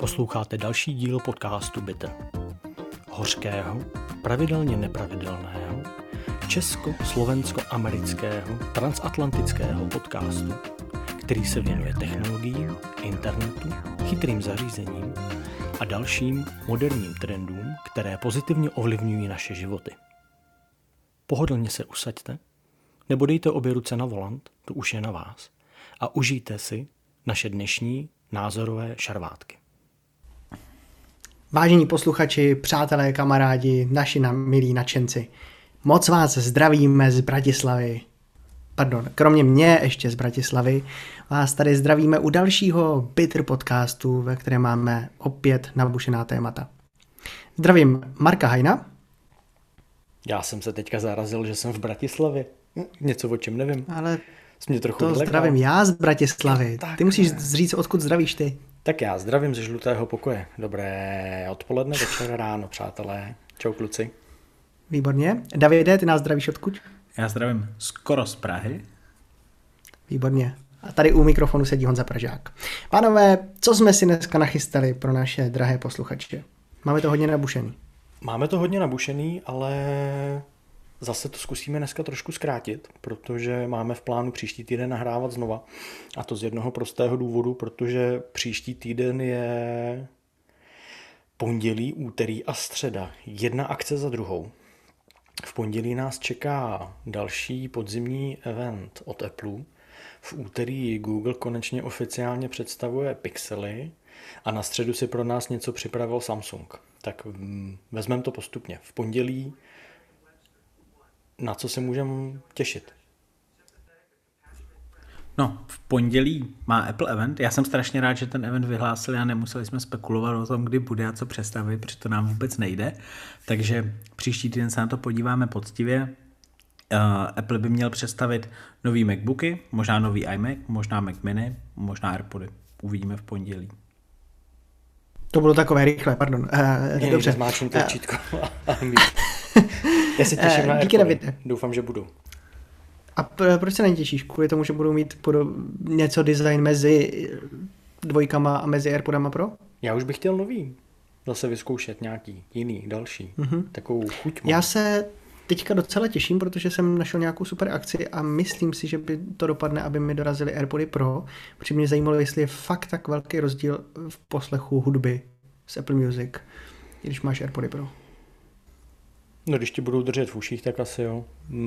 Posloucháte další díl podcastu Bitter. Hořkého, pravidelně nepravidelného, česko-slovensko-amerického transatlantického podcastu, který se věnuje technologiím, internetu, chytrým zařízením a dalším moderním trendům, které pozitivně ovlivňují naše životy. Pohodlně se usaďte, nebo dejte obě ruce na volant, to už je na vás, a užijte si naše dnešní názorové šarvátky. Vážení posluchači, přátelé, kamarádi, naši milí nadšenci, moc vás zdravíme z Bratislavy. Kromě mě ještě z Bratislavy, vás tady zdravíme u dalšího Bitter podcastu, ve kterém máme opět nabušená témata. Zdravím Marka Hajna. Já jsem se teďka zarazil, že jsem v Bratislavě. Něco o čem nevím. Ale mě trochu to odlekal. zdravím já z Bratislavy. Ty musíš říct, odkud zdravíš ty. Tak já zdravím ze žlutého pokoje. Dobré odpoledne, večer, ráno, přátelé. Čau kluci. Výborně. Davide, ty nás zdravíš odkud? Já zdravím skoro z Prahy. Výborně. A tady u mikrofonu sedí Honza Pražák. Pánové, co jsme si dneska nachystali pro naše drahé posluchače? Máme to hodně nabušený. Máme to hodně nabušený, ale zase to zkusíme dneska trošku zkrátit, protože máme v plánu příští týden nahrávat znova. A to z jednoho prostého důvodu, protože příští týden je pondělí, úterý a středa. Jedna akce za druhou. V pondělí nás čeká další podzimní event od Apple. V úterý Google konečně oficiálně představuje Pixely a na středu si pro nás něco připravil Samsung. Tak vezmeme to postupně. V pondělí na co se můžeme těšit? No, v pondělí má Apple event. Já jsem strašně rád, že ten event vyhlásili a nemuseli jsme spekulovat o tom, kdy bude a co představí, protože to nám vůbec nejde. Takže příští týden se na to podíváme poctivě. Apple by měl představit nový MacBooky, možná nový iMac, možná Mac Mini, možná AirPody. Uvidíme v pondělí. To bylo takové rychle, pardon. Dobře. Zmáčím tlačítko. Já se těším na AirPody. Doufám, že budu. A proč se netěšíš? Kvůli tomu, že budou mít něco design mezi dvojkama a mezi AirPodama Pro? Já už bych chtěl nový. Zase vyzkoušet nějaký jiný, další. Takovou chuť mám. Já se teďka docela těším, protože jsem našel nějakou super akci a myslím si, že by to dopadne, aby mi dorazili AirPody Pro, protože mě zajímalo, jestli je fakt tak velký rozdíl v poslechu hudby z Apple Music, když máš AirPody Pro. No, když ti budou držet v uších, tak asi jo.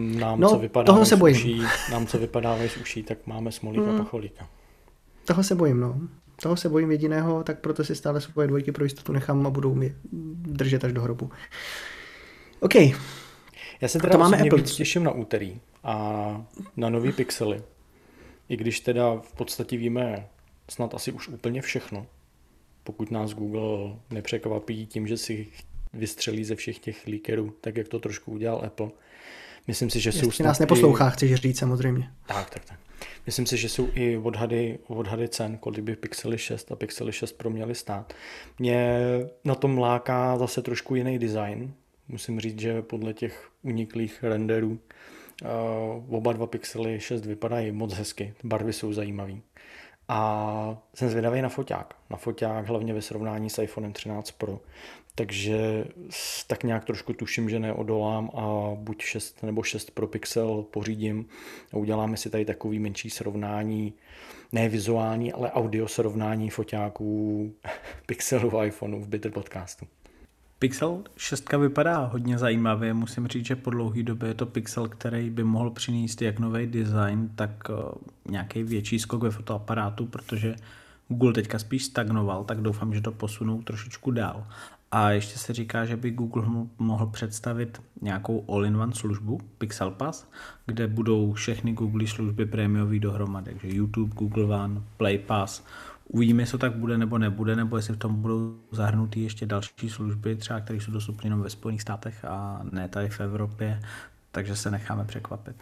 Nám, co vypadávají z uší, tak máme smolíka a pacholíka. Toho se bojím, no. Toho se bojím jediného, tak proto si stále svoje dvojky pro jistotu nechám a budou mě držet až do hrobu. OK. Já se teda osobně víc těším na úterý a na nový Pixely. I když teda v podstatě víme snad asi už úplně všechno. Pokud nás Google nepřekvapí tím, že si vystřelí ze všech těch leakerů, tak jak to trošku udělal Apple. Myslím si, že jsou snad nás neposlouchá, chceš říct samozřejmě. Tak. Myslím si, že jsou i odhady cen, kolik by Pixely 6 a Pixely 6 Pro měly stát. Mě na tom láká zase trošku jiný design. Musím říct, že podle těch uniklých renderů oba dva Pixely 6 vypadají moc hezky, barvy jsou zajímavý. A jsem zvědavý na foťák. Na foťák hlavně ve srovnání s iPhonem 13 Pro. Takže tak nějak trošku tuším, že neodolám a buď 6 nebo 6 Pro Pixel pořídím a uděláme si tady takový menší srovnání, ne vizuální, ale audio srovnání foťáků Pixelu a iPhoneu v Bitter podcastu. Pixel 6 vypadá hodně zajímavě, musím říct, že po dlouhé době je to Pixel, který by mohl přinést jak nový design, tak nějaký větší skok ve fotoaparátu, protože Google teďka spíš stagnoval, tak doufám, že to posunou trošičku dál. A ještě se říká, že by Google mohl představit nějakou all-in-one službu, Pixel Pass, kde budou všechny Google služby prémiový dohromady, takže YouTube, Google One, Play Pass. Uvidíme, jestli to tak bude nebo nebude, nebo jestli v tom budou zahrnuty ještě další služby, třeba které jsou dostupné jenom ve Spojených státech a ne tady v Evropě, takže se necháme překvapit.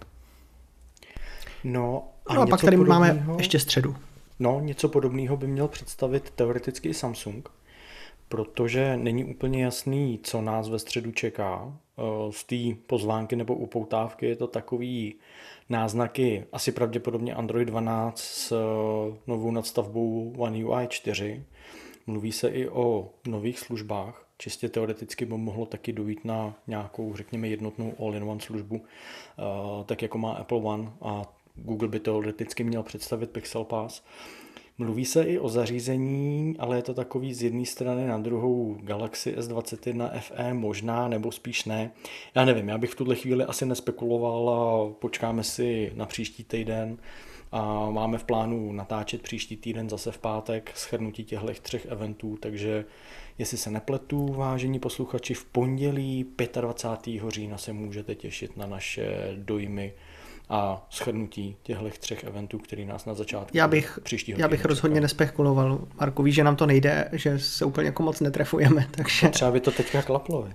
No a pak tady máme ještě středu. No, něco podobného by měl představit teoreticky i Samsung, protože není úplně jasný, co nás ve středu čeká. Z té pozvánky nebo upoutávky je to takový náznaky, asi pravděpodobně Android 12 s novou nadstavbou One UI 4, Mluví se i o nových službách. Čistě teoreticky by mohlo taky dojít na nějakou, řekněme, jednotnou all-in-one službu, tak jako má Apple One a Google by teoreticky měl představit Pixel Pass. Mluví se i o zařízení, ale je to takový z jedné strany na druhou Galaxy S21 FE možná, nebo spíš ne. Já nevím, já bych v tuhle chvíli asi nespekuloval a počkáme si na příští týden. A máme v plánu natáčet příští týden zase v pátek shrnutí těchto 3 eventů, takže jestli se nepletu, vážení posluchači, v pondělí 25. října se můžete těšit na naše dojmy a shrnutí těchto 3 eventů, který nás na začátku příštího týdne. Já bych rozhodně nespekuloval. Marko, víš, že nám to nejde, že se úplně jako moc netrefujeme, takže... Třeba by to teďka klaplo,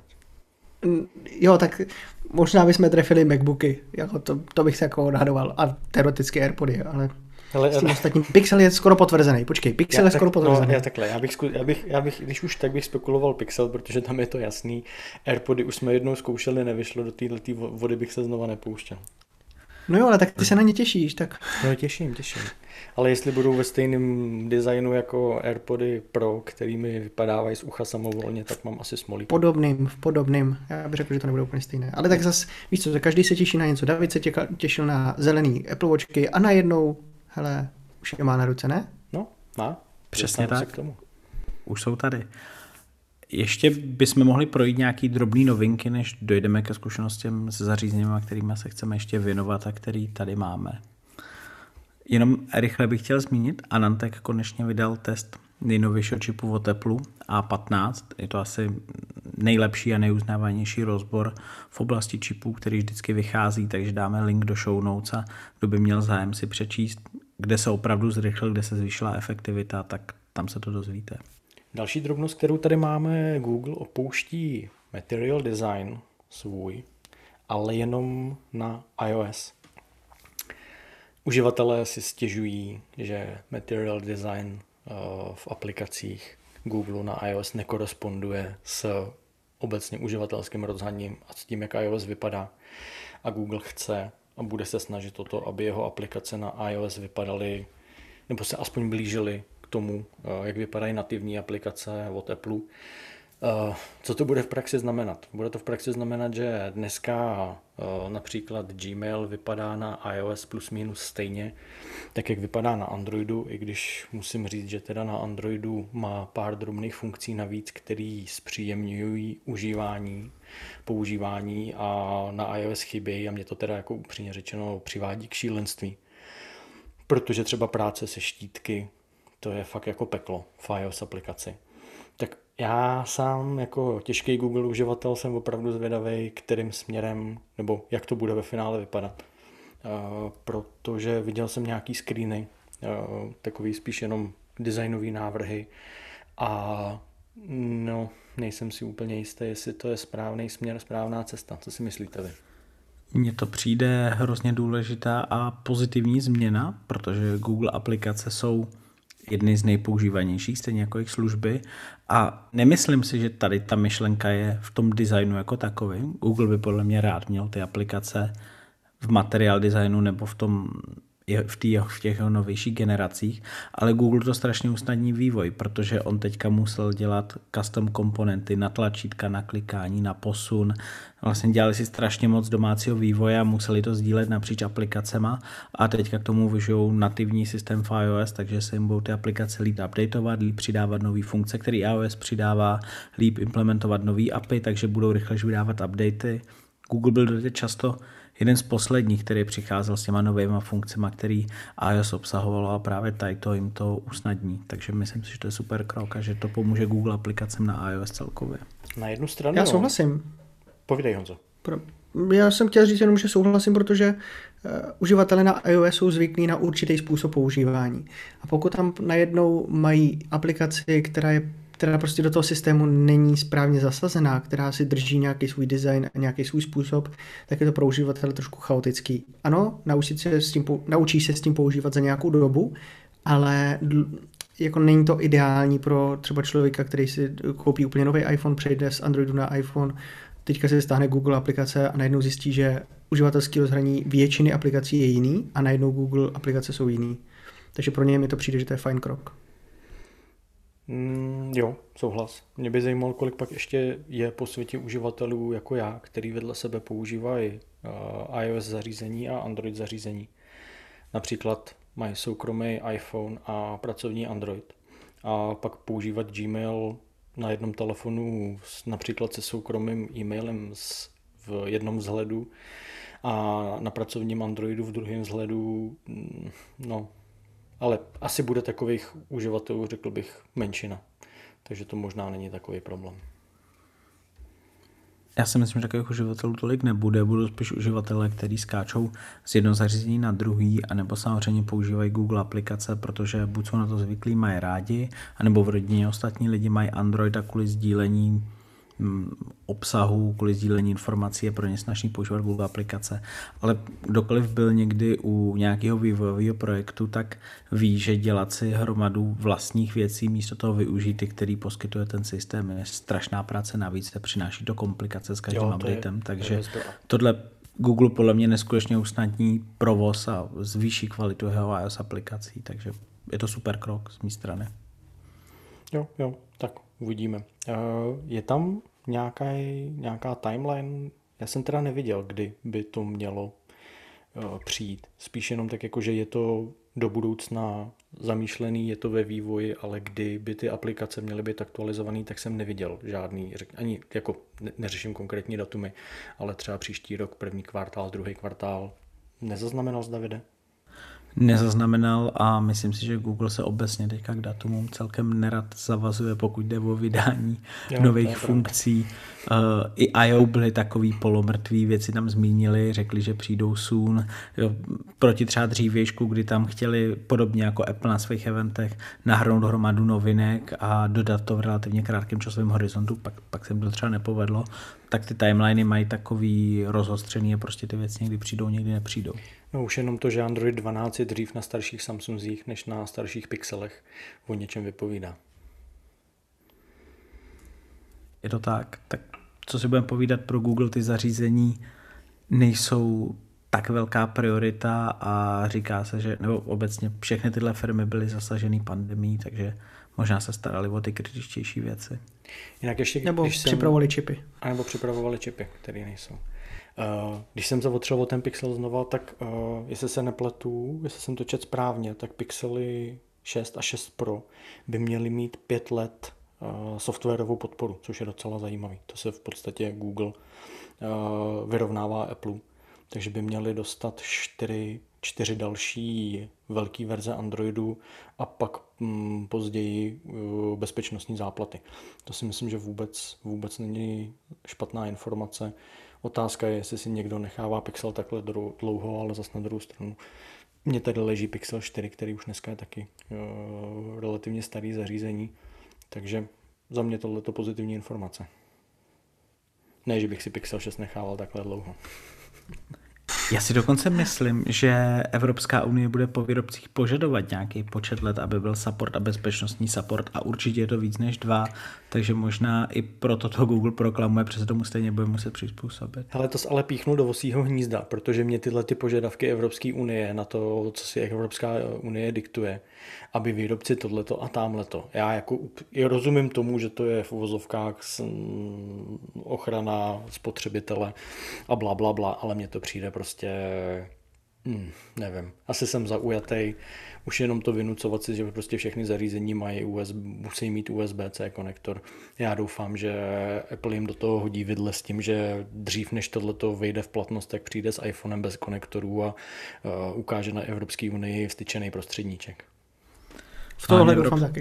Jo, tak možná bychom trefili MacBooky, jako to bych se jako odhadoval, a teoreticky AirPody, ale s tím ostatním. Pixel je skoro potvrzený, počkej, Pixel je skoro potvrzený. No, takhle, já bych, když už tak bych spekuloval Pixel, protože tam je to jasný, AirPody už jsme jednou zkoušeli, nevyšlo, do této vody bych se znova nepouštěl. No jo, ale tak ty se na ně těšíš, tak... No těším. Ale jestli budou ve stejném designu jako AirPody Pro, kterými vypadávají z ucha samovolně, tak mám asi smolík. V podobným. Já bych řekl, že to nebude úplně stejné. Ale tak zase, víš co, každý se těší na něco. David se těšil na zelený Apple Watchky a najednou, hele, už je má na ruce, ne? No, má. Přesně tak. K tomu. Už jsou tady. Ještě bychom mohli projít nějaký drobný novinky, než dojdeme ke zkušenostem se zařízeními, kterými se chceme ještě věnovat a který tady máme. Jenom rychle bych chtěl zmínit, Anantec konečně vydal test nejnovějšího čipu od Apple A15. Je to asi nejlepší a nejuznávanější rozbor v oblasti čipů, který vždycky vychází, takže dáme link do show notes a kdo by měl zájem si přečíst, kde se opravdu zrychlil, kde se zvýšila efektivita, tak tam se to dozvíte. Další drobnost, kterou tady máme, Google opouští Material Design svůj, ale jenom na iOS. Uživatelé si stěžují, že Material Design v aplikacích Google na iOS nekoresponduje s obecně uživatelským rozhraním a s tím, jak iOS vypadá. A Google chce a bude se snažit o to, aby jeho aplikace na iOS vypadaly, nebo se aspoň blížily k tomu, jak vypadají nativní aplikace od Apple. Co to bude v praxi znamenat? Bude to v praxi znamenat, že dneska například Gmail vypadá na iOS plus minus stejně, tak jak vypadá na Androidu, i když musím říct, že teda na Androidu má pár drobných funkcí navíc, které zpříjemňují používání a na iOS chybějí a mě to teda jako upřímně řečeno přivádí k šílenství. Protože třeba práce se štítky, to je fakt jako peklo v iOS aplikaci. Tak já sám jako těžký Google uživatel jsem opravdu zvědavý, kterým směrem, nebo jak to bude ve finále vypadat. Protože viděl jsem nějaký screeny, takový spíš jenom designový návrhy a no, nejsem si úplně jistý, jestli to je správný směr, správná cesta. Co si myslíte vy? Mně to přijde hrozně důležitá a pozitivní změna, protože Google aplikace jsou jedny z nejpoužívanějších, stejně jako jejich služby. A nemyslím si, že tady ta myšlenka je v tom designu jako takový. Google by podle mě rád měl ty aplikace v materiál designu nebo v těch novějších generacích, ale Google to strašně usnadní vývoj, protože on teďka musel dělat custom komponenty na tlačítka, na klikání, na posun. Vlastně dělali si strašně moc domácího vývoje a museli to sdílet napříč aplikacema a teďka k tomu vyžijou nativní systém v iOS, takže se jim budou ty aplikace líp updateovat, líp přidávat nové funkce, které iOS přidává, líp implementovat nový API, takže budou rychleji vydávat updaty. Google byl doteď často jeden z posledních, který přicházel s těma novýma funkcemi, který iOS obsahovalo a právě tady to jim to usnadní. Takže myslím si, že to je super krok a že to pomůže Google aplikacím na iOS celkově. Na jednu stranu. Já souhlasím. Povídej, Honzo. Já jsem chtěl říct jenom, že souhlasím, protože uživatelé na iOS jsou zvyklí na určitý způsob používání. A pokud tam najednou mají aplikaci, která prostě do toho systému není správně zasazená, která si drží nějaký svůj design a nějaký svůj způsob, tak je to pro uživatele trošku chaotický. Ano, naučí se s tím používat za nějakou dobu, ale jako není to ideální pro třeba člověka, který si koupí úplně nový iPhone, přejde z Androidu na iPhone, teďka si stáhne Google aplikace a najednou zjistí, že uživatelský rozhraní většiny aplikací je jiný a najednou Google aplikace jsou jiný. Takže pro něj mi to přijde, že to je fajn krok. Jo, souhlas. Mě by zajímalo, kolik pak ještě je po světě uživatelů jako já, který vedle sebe používají iOS zařízení a Android zařízení. Například mají soukromý iPhone a pracovní Android. A pak používat Gmail na jednom telefonu například se soukromým e-mailem v jednom vzhledu a na pracovním Androidu v druhém vzhledu, no, ale asi bude takových uživatelů, řekl bych, menšina. Takže to možná není takový problém. Já si myslím, že takových uživatelů tolik nebude, budou spíš uživatelé, kteří skáčou z jednoho zařízení na druhý, anebo samozřejmě používají Google aplikace, protože buď jsou na to zvyklí, mají rádi, anebo v rodině ostatní lidi mají Android a kvůli sdílení obsahu, kvůli sdílení informací je pro ně snaží používat Google aplikace. Ale kdokoliv byl někdy u nějakého vývojového projektu, tak ví, že dělat si hromadu vlastních věcí místo toho využít ty, který poskytuje ten systém, je strašná práce, navíc se přináší to komplikace s každým updatem, takže tohle Google podle mě neskutečně usnadní provoz a zvýší kvalitu jeho iOS aplikací, takže je to super krok z mé strany. Jo, tak uvidíme. Je tam nějaká timeline? Já jsem teda neviděl, kdy by to mělo přijít. Spíš jenom tak jako, že je to do budoucna zamýšlený, je to ve vývoji, ale kdy by ty aplikace měly být aktualizovaný, tak jsem neviděl žádný, ani jako neřeším konkrétní datumy, ale třeba příští rok, první kvartál, druhý kvartál. Nezaznamenal jsi, Davide? Nezaznamenal a myslím si, že Google se obecně teďka k datumům celkem nerad zavazuje, pokud jde o vydání nových funkcí. I I.O. byly takový polomrtvý, věci tam zmínili, řekli, že přijdou soon. Proti třeba dřívějšku, kdy tam chtěli podobně jako Apple na svých eventech nahrnout hromadu novinek a dodat to v relativně krátkém časovém horizontu, pak se jim to třeba nepovedlo, tak ty timeliny mají takový rozostřený a prostě ty věci někdy přijdou, někdy nepřijdou. No už jenom to, že Android 12 je dřív na starších Samsungích než na starších Pixelech, o něčem vypovídá. Je to tak. Tak co si budeme povídat, pro Google ty zařízení nejsou tak velká priorita a říká se, že nebo obecně všechny tyhle firmy byly zasaženy pandemií, takže možná se starali o ty kritičtější věci. Jinak ještě, nebo připravovali čipy. A nebo připravovali čipy, které nejsou. Když jsem se otřel o ten Pixel znova, tak jestli se nepletu, jestli jsem to četl správně, tak Pixely 6 a 6 Pro by měly mít 5 let softwarovou podporu, což je docela zajímavý. To se v podstatě Google vyrovnává Apple, takže by měli dostat 4 další velké verze Androidu a pak později bezpečnostní záplaty. To si myslím, že vůbec není špatná informace. Otázka je, jestli si někdo nechává Pixel takhle dlouho, ale zase na druhou stranu. Mně tady leží Pixel 4, který už dneska je taky relativně starý zařízení, takže za mě tohleto pozitivní informace. Ne, že bych si Pixel 6 nechával takhle dlouho. Já si dokonce myslím, že Evropská unie bude po výrobcích požadovat nějaký počet let, aby byl support a bezpečnostní support a určitě je to víc než 2, takže možná i proto to Google proklamuje, protože tomu stejně bude muset přizpůsobit. Hele, to jsi ale píchnul do vosího hnízda, protože mě tyhle ty požadavky Evropské unie na to, co si Evropská unie diktuje, aby výrobci tohleto a támhleto. Já jako rozumím tomu, že to je v uvozovkách ochrana spotřebitele a blablabla, ale mně to přijde prostě nevím, asi jsem zaujatý, už jenom to vynucovat si, že prostě všechny zařízení musí mít USB-C konektor. Já doufám, že Apple jim do toho hodí vidle s tím, že dřív než tohleto vejde v platnost, tak přijde s iPhonem bez konektorů a ukáže na Evropské unii vstyčený prostředníček. V tohle doufám taky.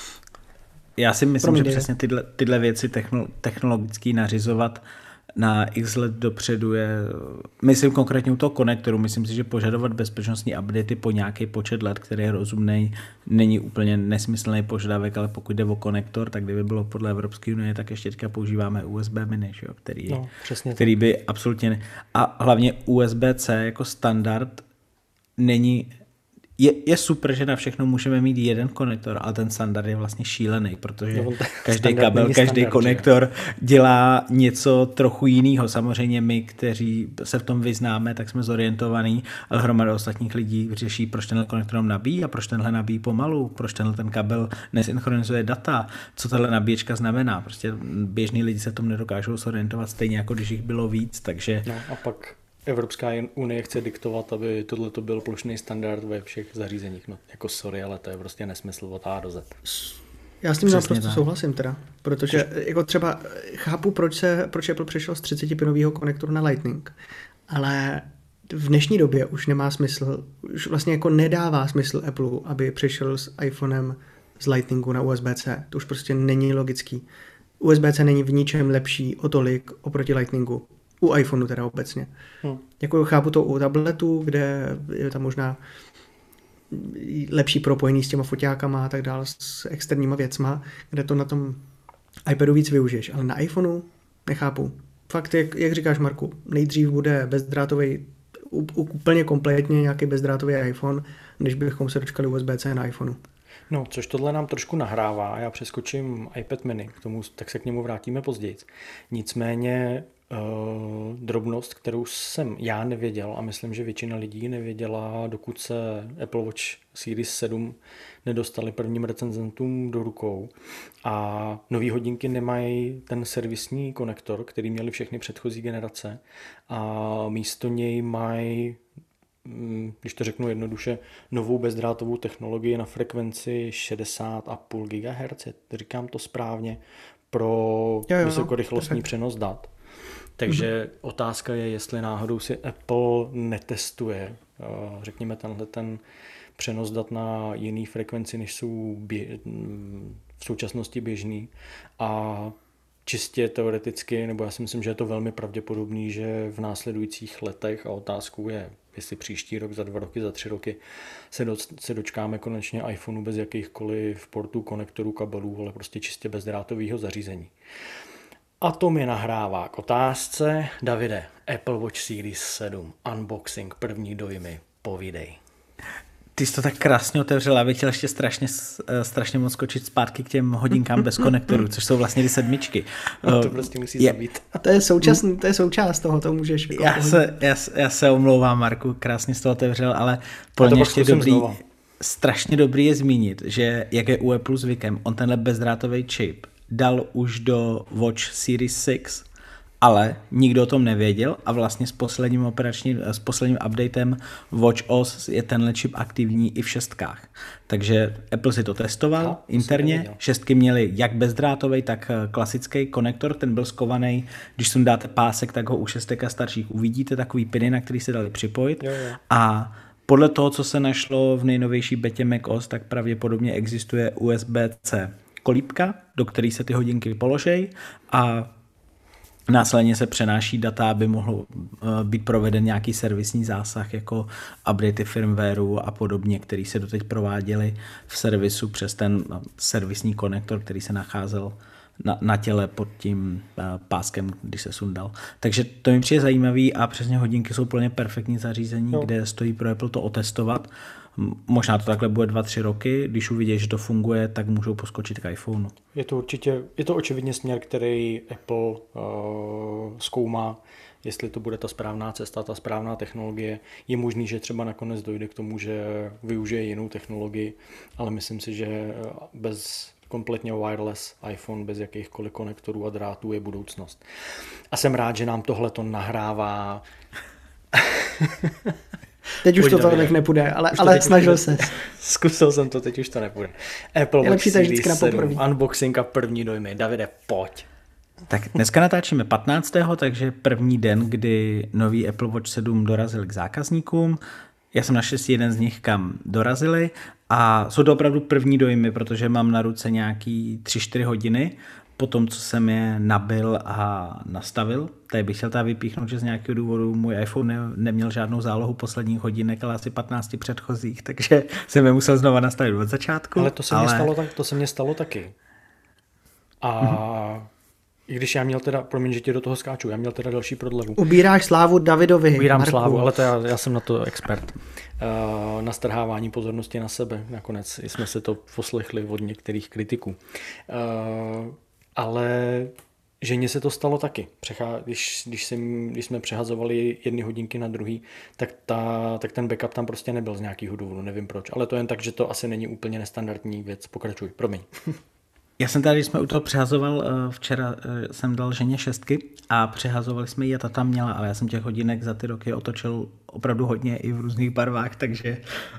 Já si myslím, že přesně tyhle věci technologicky nařizovat na x let dopředu je, myslím konkrétně u toho konektoru, myslím si, že požadovat bezpečnostní updaty po nějaký počet let, který je rozumný, není úplně nesmyslný požadavek, ale pokud jde o konektor, tak kdyby bylo podle Evropské unie, tak ještě teďka používáme USB mini, který by absolutně a hlavně USB-C jako standard není je super, že na všechno můžeme mít jeden konektor, ale ten standard je vlastně šílený, protože každý kabel, každý konektor dělá něco trochu jiného. Samozřejmě my, kteří se v tom vyznáme, tak jsme zorientovaní, ale hromada ostatních lidí řeší, proč tenhle konektor nabíjí a proč tenhle nabíjí pomalu, proč tenhle ten kabel nesynchronizuje data, co tahle nabíječka znamená. Prostě běžní lidi se v tom nedokážou zorientovat stejně, jako když jich bylo víc, takže... No a pak Evropská unie chce diktovat, aby tohle to byl plošný standard ve všech zařízeních. No, jako sorry, ale to je prostě nesmysl od A do Z. Já s tím naprosto souhlasím teda, protože jako třeba chápu, proč Apple přešel z 30-pinového konektoru na Lightning, ale v dnešní době už nemá smysl, už vlastně jako nedává smysl Apple, aby přešel s iPhonem z Lightningu na USB-C. To už prostě není logický. USB-C není v ničem lepší o tolik oproti Lightningu. U iPhoneu teda obecně. Jako chápu to u tabletu, kde je tam možná lepší propojení s těma foťákama a tak dále, s externíma věcma, kde to na tom iPadu víc využiješ. Ale na iPhoneu nechápu. Fakt, jak říkáš, Marku, nejdřív bude bezdrátový, úplně kompletně nějaký bezdrátový iPhone, než bychom se dočkali USB-C na iPhoneu. No, což tohle nám trošku nahrává a já přeskočím iPad mini, k tomu, tak se k němu vrátíme později. Nicméně drobnost, kterou jsem já nevěděl a myslím, že většina lidí nevěděla, dokud se Apple Watch Series 7 nedostali prvním recenzentům do rukou. A nový hodinky nemají ten servisní konektor, který měli všechny předchozí generace, a místo něj mají, když to řeknu jednoduše, novou bezdrátovou technologii na frekvenci 60,5 GHz, říkám to správně, pro vysokorychlostní přenos dat. Takže otázka je, jestli náhodou si Apple netestuje, řekněme, tenhle ten přenos dat na jiný frekvenci, než jsou v současnosti běžný, a čistě teoreticky, nebo já si myslím, že je to velmi pravděpodobný, že v následujících letech, a otázkou je, jestli příští rok, za 2 roky, za 3 roky se dočkáme konečně iPhoneu bez jakýchkoliv portů, konektorů, kabelů, ale prostě čistě bezdrátového zařízení. A to mi nahrává k otázce. Davide, Apple Watch Series 7, unboxing, první dojmy, povídej. Ty jsi to tak krásně otevřel, já bych chtěl ještě strašně moc skočit zpátky k těm hodinkám bez konektorů, což jsou vlastně ty 7. To prostě musí zabít. A to je součást toho, to můžeš... Já se omlouvám, Marku, krásně jsi to otevřel, ale pro mě ještě strašně dobrý je zmínit, že jak je u Apple zvykem, on tenhle bezdrátový čip dal už do Watch Series 6, ale nikdo o tom nevěděl a vlastně s posledním updatem Watch OS je tenhle čip aktivní i v 6. Takže Apple si to testoval interně. 6 měly jak bezdrátový, tak klasický konektor, ten byl skovaný. Když sem dáte pásek, tak ho u 6 starších uvidíte, takový piny, na který se dali připojit. Jo. A podle toho, co se našlo v nejnovější betě macOS, tak pravděpodobně existuje USB-C kolíbka, do které se ty hodinky položej a následně se přenáší data, aby mohl být proveden nějaký servisní zásah, jako updaty firmwareu a podobně, který se doteď prováděly v servisu přes ten servisní konektor, který se nacházel na těle pod tím páskem, když se sundal. Takže to mi přijde zajímavý a přesně hodinky jsou plně perfektní zařízení, kde stojí pro Apple to otestovat. Možná to takhle bude 2-3 roky, když uvidí, že to funguje, tak můžou poskočit k iPhoneu. Je to očividně směr, který Apple zkoumá, jestli to bude ta správná cesta, ta správná technologie. Je možný, že třeba nakonec dojde k tomu, že využije jinou technologii, ale myslím si, že bez kompletně wireless iPhone, bez jakýchkoliv konektorů a drátů je budoucnost. A jsem rád, že nám tohleto nahrává. Teď už to tak nepůjde, ale snažil se. Zkusil jsem to, teď už to nepůjde. Apple Watch Series 7, unboxing a první dojmy. Davide, pojď. Tak dneska natáčíme 15. takže první den, kdy nový Apple Watch 7 dorazil k zákazníkům. Já jsem naštěstí jeden z nich, kam dorazili, a jsou to opravdu první dojmy, protože mám na ruce nějaký 3-4 hodiny po tom, co jsem je nabil a nastavil. Tady bych chtěl vypíchnout, že z nějakého důvodu můj iPhone neměl žádnou zálohu posledních hodinek, ale asi 15 předchozích, takže jsem je musel znova nastavit od začátku. Ale to se mně stalo taky. A I když já měl teda, promiň, že ti do toho skáču, já měl teda další prodlevu. Ubíráš slávu Davidovi. Ubírám Marku. slávu, ale to já jsem na to expert. Na strhávání pozornosti na sebe. Nakonec jsme se to poslechli od některých kritiků. Ale ženě se to stalo taky. Když jsme přehazovali jedny hodinky na druhý, tak ten backup tam prostě nebyl z nějakého důvodu, nevím proč. Ale to jen tak, že to asi není úplně nestandardní věc. Pokračuj, promiň. Já jsem tady, když jsme u toho přehazoval, včera jsem dal ženě 6 a přehazovali jsme ji a ta tam měla, ale já jsem těch hodinek za ty roky otočil opravdu hodně i v různých barvách, takže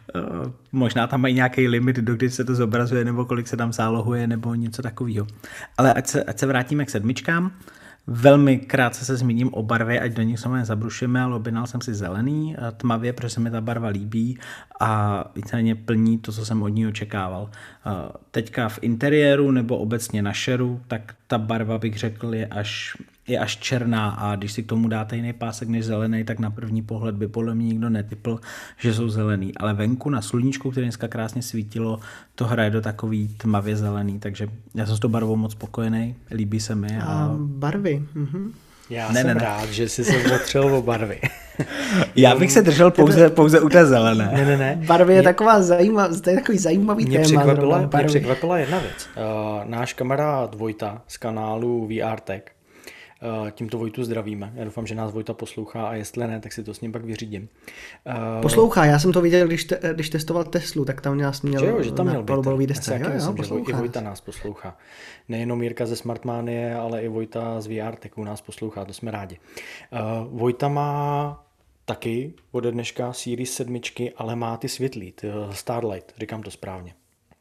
možná tam mají nějaký limit, do kdy se to zobrazuje, nebo kolik se tam zálohuje, nebo něco takového. Ale ať se vrátíme k 7. Velmi krátce se zmíním o barvě, ať do nich se nezabrušíme, ale objednal jsem si zelený tmavě, protože se mi ta barva líbí a víceméně plní to, co jsem od ní očekával. Teďka v interiéru nebo obecně na šeru, tak ta barva, bych řekl, je až černá a když si k tomu dáte jiný pásek než zelený, tak na první pohled by podle mě nikdo netypl, že jsou zelený. Ale venku na sluníčku, které dneska krásně svítilo, to hraje do takový tmavě zelený, takže já jsem s tou barvou moc spokojený, líbí se mi. A barvy. Já jsem rád, že jsi se otřel o barvy. Já bych se držel pouze u té zelené. Ne. Barvy je taková to je takový zajímavý téma. Mě překvapila jedna věc. Náš kamarád Vojta z kanálu VR Tech, tímto Vojtu zdravíme. Já doufám, že nás Vojta poslouchá a jestli ne, tak si to s ním pak vyřídím. Poslouchá, já jsem to viděl, když testoval Teslu, tak tam nás měl že tam měl palobalový desce. Myslím, že i Vojta nás poslouchá. Nejenom Jirka ze Smartmanie, ale i Vojta z VR Techu nás poslouchá, to jsme rádi. Vojta má taky ode dneška Series 7, ale má ty světlý, Starlight, říkám to správně.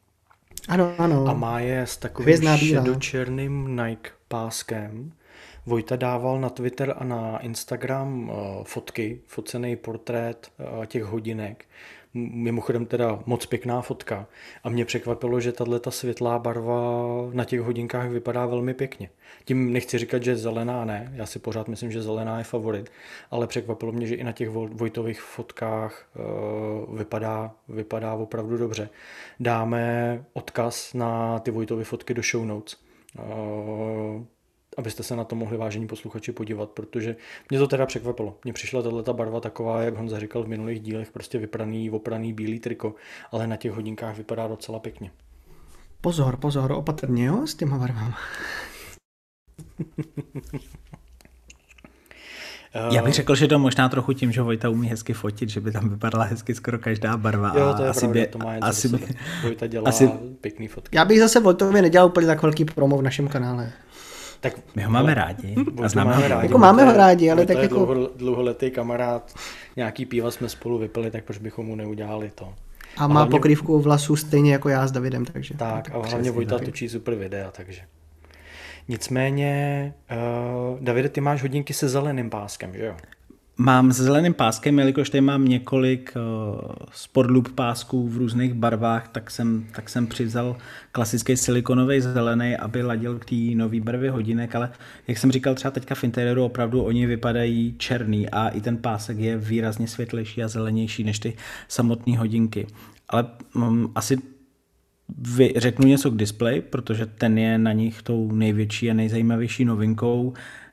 Ano. A má je s takovým šedočerným Nike páskem. Vojta dával na Twitter a na Instagram fotky, focený portrét těch hodinek. Mimochodem teda moc pěkná fotka. A mě překvapilo, že tato světlá barva na těch hodinkách vypadá velmi pěkně. Tím nechci říkat, že zelená ne, já si pořád myslím, že zelená je favorit, ale překvapilo mě, že i na těch Vojtových fotkách vypadá opravdu dobře. Dáme odkaz na ty Vojtovy fotky do show notes, abyste se na to mohli, vážení posluchači, podívat, protože mě to teda překvapilo. Mně přišla tato barva taková, jak Honza říkal v minulých dílech, prostě opraný bílý triko, ale na těch hodinkách vypadá docela pěkně. Pozor, opatrně, jo, s těma barvama. Já bych řekl, že to možná trochu tím, že Vojta umí hezky fotit, že by tam vypadala hezky skoro každá barva. Jo, to je pravda, to má Vojta dělá pěkný fotky. Já bych zase Vojtově nedělal úplně tak velký promo v našem kanále. Tak my ho máme rádi. Máme ho rádi, ale tak je jako... dlouholetý kamarád, nějaký piva jsme spolu vypili, tak proč bychom mu neudělali to. A má hlavně pokrývku vlasů stejně jako já s Davidem, takže... Tak, a hlavně Vojta točí super videa, takže... Nicméně, Davide, ty máš hodinky se zeleným páskem, že jo? Mám s zeleným páskem, jelikož tady mám několik sportloop pásků v různých barvách, tak jsem přivzal klasický silikonový zelený, aby ladil k té nový barvě hodinek, ale jak jsem říkal, třeba teďka v interiéru opravdu oni vypadají černý a i ten pásek je výrazně světlejší a zelenější než ty samotné hodinky. Ale asi řeknu něco k displeji, protože ten je na nich tou největší a nejzajímavější novinkou.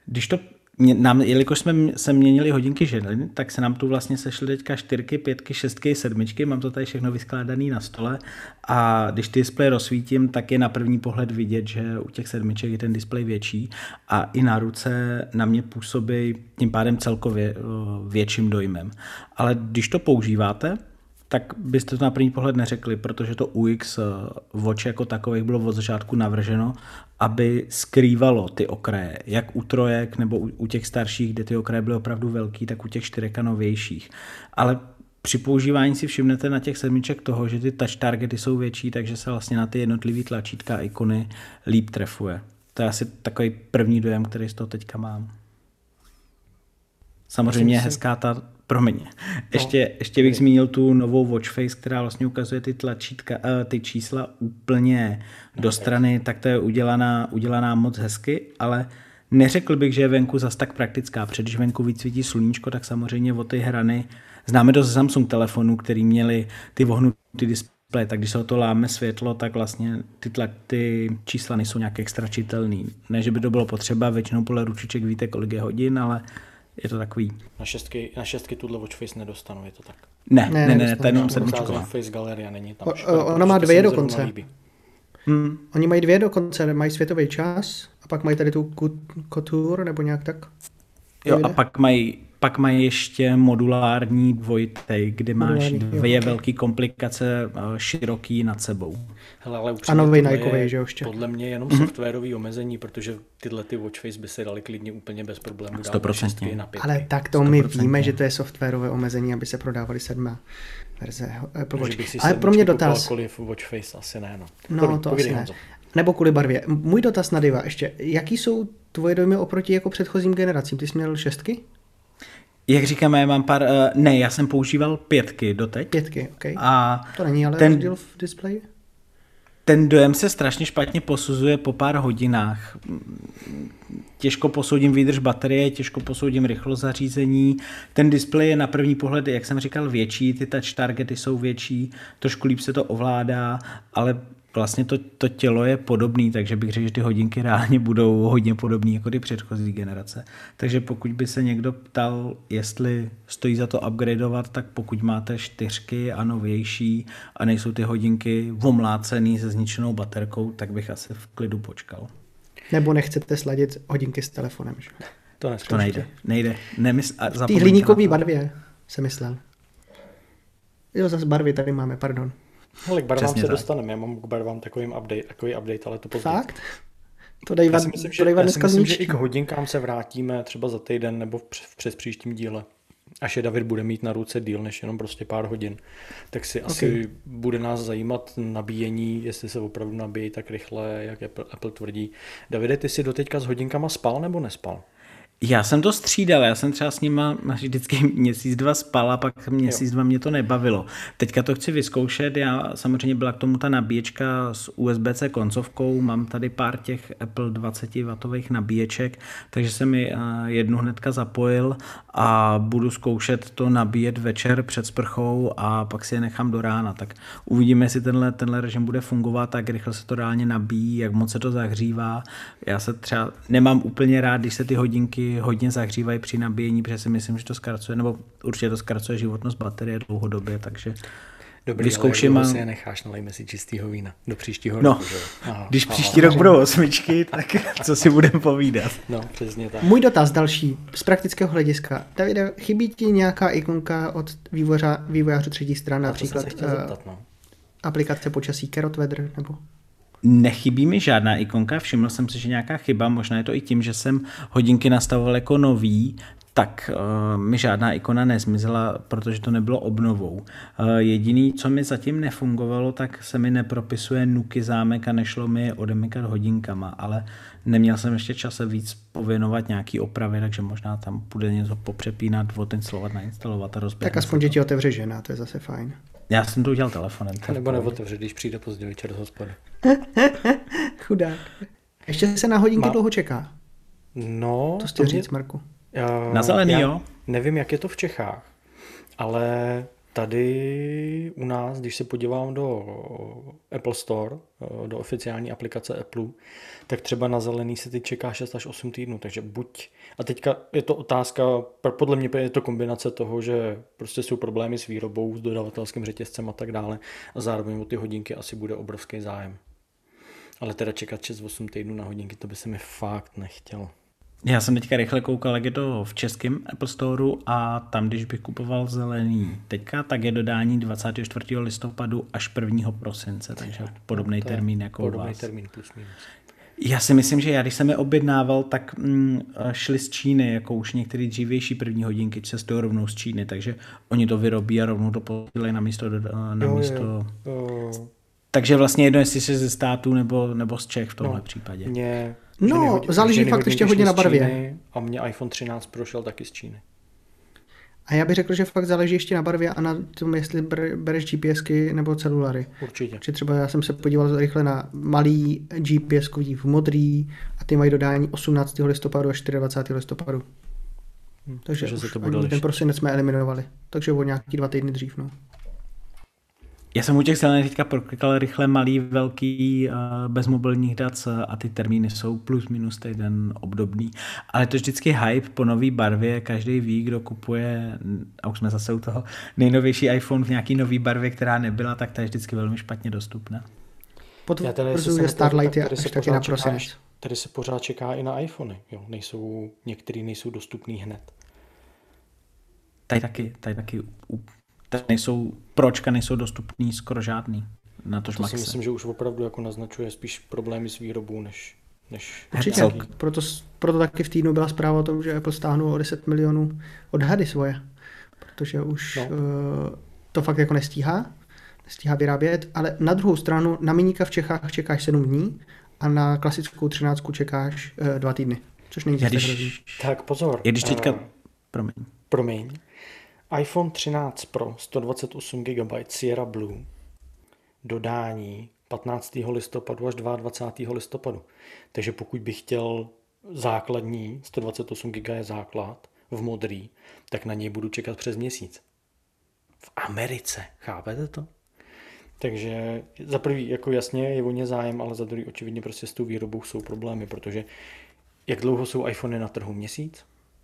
Jelikož jsme se měnili hodinky ženy, tak se nám tu vlastně sešly teďka 4, 5, 6, 7, mám to tady všechno vyskládané na stole a když displej rozsvítím, tak je na první pohled vidět, že u těch 7 je ten displej větší a i na ruce na mě působí tím pádem celkově větším dojmem. Ale když to používáte, tak byste to na první pohled neřekli, protože to UX Watch jako takových bylo od začátku navrženo, aby skrývalo ty okraje, jak u trojek nebo u těch starších, kde ty okraje byly opravdu velký, tak u těch 4 novějších. Ale při používání si všimnete na těch 7 toho, že ty touch targety jsou větší, takže se vlastně na ty jednotlivý tlačítka a ikony líp trefuje. To je asi takový první dojem, který z toho teďka mám. Samozřejmě je hezká ta... Promiň. Ještě bych zmínil tu novou watch face, která vlastně ukazuje ty tlačítka, ty čísla úplně do strany, tak to je udělaná moc hezky, ale neřekl bych, že je venku zas tak praktická, protože když venku vycvítí sluníčko, tak samozřejmě od ty hrany, známe to ze Samsung telefonů, který měli ty vohnutý displeje, tak když se o to láme světlo, tak vlastně ty čísla nejsou nějak extra čitelný. Ne, že by to bylo potřeba, většinou podle ručiček víte, kolik je hodin, ale je to takový. Na šestky tuhle Watch Face nedostanu, je to tak? Ne, to je jenom sedmičková. Face Galeria není tam. Ona má 2 dokonce. Oni mají 2 dokonce, mají světový čas a pak mají tady tu couture nebo nějak tak. Jo, a pak mají ještě modulární dvojitej, kdy máš 2 velké komplikace široký nad sebou. Hele, ale a nový Nikeový, že ještě. Podle mě jenom softwarový omezení, protože tyhle ty Watch Face by se daly klidně úplně bez problémů dát 100%. na 5. Ale tak to my víme, že to je softwarové omezení, aby se prodávaly 7. verze Apple Watch. Ale pro mě dotaz. Watch Face asi ne, no. No, to asi ne. Nebo kvůli barvě. Můj dotaz na Diva ještě. Jaký jsou tvoje dojmy oproti jako předchozím generacím? Ty jsi měl 6? Jak říkáme, já mám já jsem používal 5 doteď. 5, ok. A to není ale rozdíl v displeji? Ten dojem se strašně špatně posuzuje po pár hodinách. Těžko posoudím výdrž baterie, těžko posoudím rychlost zařízení. Ten displej je na první pohled, jak jsem říkal, větší, ty touch targety jsou větší, trošku líp se to ovládá, ale vlastně to tělo je podobný, takže bych řekl, že ty hodinky reálně budou hodně podobný jako ty předchozí generace. Takže pokud by se někdo ptal, jestli stojí za to upgradeovat, tak pokud máte 4 a novější a nejsou ty hodinky omlácený se zničenou baterkou, tak bych asi v klidu počkal. Nebo nechcete sladit hodinky s telefonem, že? To nejde. V té hliníkové barvě jsem myslel. Jo, zase barvy tady máme, pardon. Ale k barvám se dostaneme, já mám k barvám takový update, ale to později. Fakt? To dejva já si myslím, že i k hodinkám se vrátíme třeba za týden nebo přes příštím díle. Až je David bude mít na ruce díl než jenom prostě pár hodin, tak si asi bude nás zajímat nabíjení, jestli se opravdu nabíjí tak rychle, jak Apple tvrdí. Davide, ty jsi doteďka s hodinkama spal nebo nespal? Já jsem to střídal, já jsem třeba s nima vždycky měsíc, 2 spal a pak měsíc, 2 mě to nebavilo. Teďka to chci vyzkoušet, já samozřejmě byla k tomu ta nabíječka s USB-C koncovkou, mám tady pár těch Apple 20W nabíječek, takže jsem mi jednu hnedka zapojil a budu zkoušet to nabíjet večer před sprchou a pak si je nechám do rána, tak uvidíme, jestli tenhle režim bude fungovat, jak rychle se to reálně nabíjí, jak moc se to zahřívá. Já se třeba nemám úplně rád, když se ty hodinky hodně zahřívají při nabíjení, protože si myslím, že to zkracuje, nebo určitě to zkracuje životnost baterie dlouhodobě, takže vyzkouším. Ale si je necháš, nalejme si čistýho vína do příštího roku. Když příští rok budou 8, tak co si budeme povídat. No, přesně tak. Můj dotaz další, z praktického hlediska. Davide, chybí ti nějaká ikonka od vývojářů třetí stran, například aplikace počasí Carrot Weather, nebo... Nechybí mi žádná ikonka, všiml jsem si, že nějaká chyba, možná je to i tím, že jsem hodinky nastavoval jako nový, tak mi žádná ikona nezmizela, protože to nebylo obnovou. Jediný, co mi zatím nefungovalo, tak se mi nepropisuje nuky zámek a nešlo mi odemykat hodinkama, ale neměl jsem ještě čas se víc pověnovat nějaký opravy, takže možná tam bude něco popřepínat, odinstalovat, nainstalovat a rozběhnout. Tak aspoň, že ti otevře žena, to je zase fajn. Já jsem to udělal telefonem. Nebo neotevře, když přijde pozdě večer z hospody. Chudák. Ještě se na hodinky dlouho čeká. No. To chci říct, Marku. Na zelený, jo? Nevím, jak je to v Čechách, ale tady u nás, když se podívám do Apple Store, do oficiální aplikace Apple, tak třeba na zelený se teď čeká 6 až 8 týdnů, takže buď... A teďka je to otázka, podle mě je to kombinace toho, že prostě jsou problémy s výrobou, s dodavatelským řetězcem a tak dále a zároveň o ty hodinky asi bude obrovský zájem. Ale teda čekat 6-8 týdnů na hodinky, to by se mi fakt nechtělo. Já jsem teďka rychle koukal, jak je to v českém Apple Storeu a tam, když bych kupoval zelený teďka, tak je dodání 24. listopadu až 1. prosince, takže podobný termín jako u vás. Podobný termín plus minus. Já si myslím, že když jsem je objednával, tak šli z Číny, jako už některé dřívější první hodinky, se stojí rovnou z Číny, takže oni to vyrobí a rovnou to posílají na místo. Jo. Takže vlastně jedno, jestli jsi ze států nebo z Čech v tomhle případě. Záleží fakt ještě hodně na barvě. A mě iPhone 13 prošel taky z Číny. A já bych řekl, že fakt záleží ještě na barvě a na tom, jestli bereš GPSky nebo celulary. Určitě. Či třeba já jsem se podíval rychle na malý GPSkový v modrý a ty mají dodání 18. listopadu až 24. listopadu. Takže se to bude ten prosinec jsme eliminovali. Takže o nějaký 2 týdny dřív. No. Já jsem u těch zelených teďka proklikal rychle malý, velký, bez mobilních dat a ty termíny jsou plus minus týden obdobný. Ale to je vždycky hype po nový barvě, každý ví, kdo kupuje, a už jsme zase u toho, nejnovější iPhone v nějaký nový barvě, která nebyla, tak ta je vždycky velmi špatně dostupná. Potvrzuji Starlight je až taky na prosinec. Tady se pořád čeká i na iPhony. Jo? Některý nejsou dostupný hned. Tady taky pročka nejsou dostupný skoro žádný. Na to si myslím, že už opravdu jako naznačuje spíš problémy s výrobou, než určitě. Proto taky v týdnu byla zpráva o tom, že Apple stáhnul o 10 milionů odhady svoje. Protože už to fakt jako nestíhá vyrábět, ale na druhou stranu na miníka v Čechách čekáš 7 dní a na klasickou 13 čekáš 2 týdny, což není zase hrozný. Tak pozor. Když teďka... Promiň. iPhone 13 Pro 128 GB Sierra Blue dodání 15. listopadu až 22. listopadu. Takže pokud bych chtěl základní 128 GB je základ v modrý, tak na něj budu čekat přes měsíc. V Americe, chápete to? Takže za prvý, jako jasně, je o ně zájem, ale za druhý očividně prostě s tou výrobou jsou problémy, protože jak dlouho jsou iPhony na trhu? Měsíc?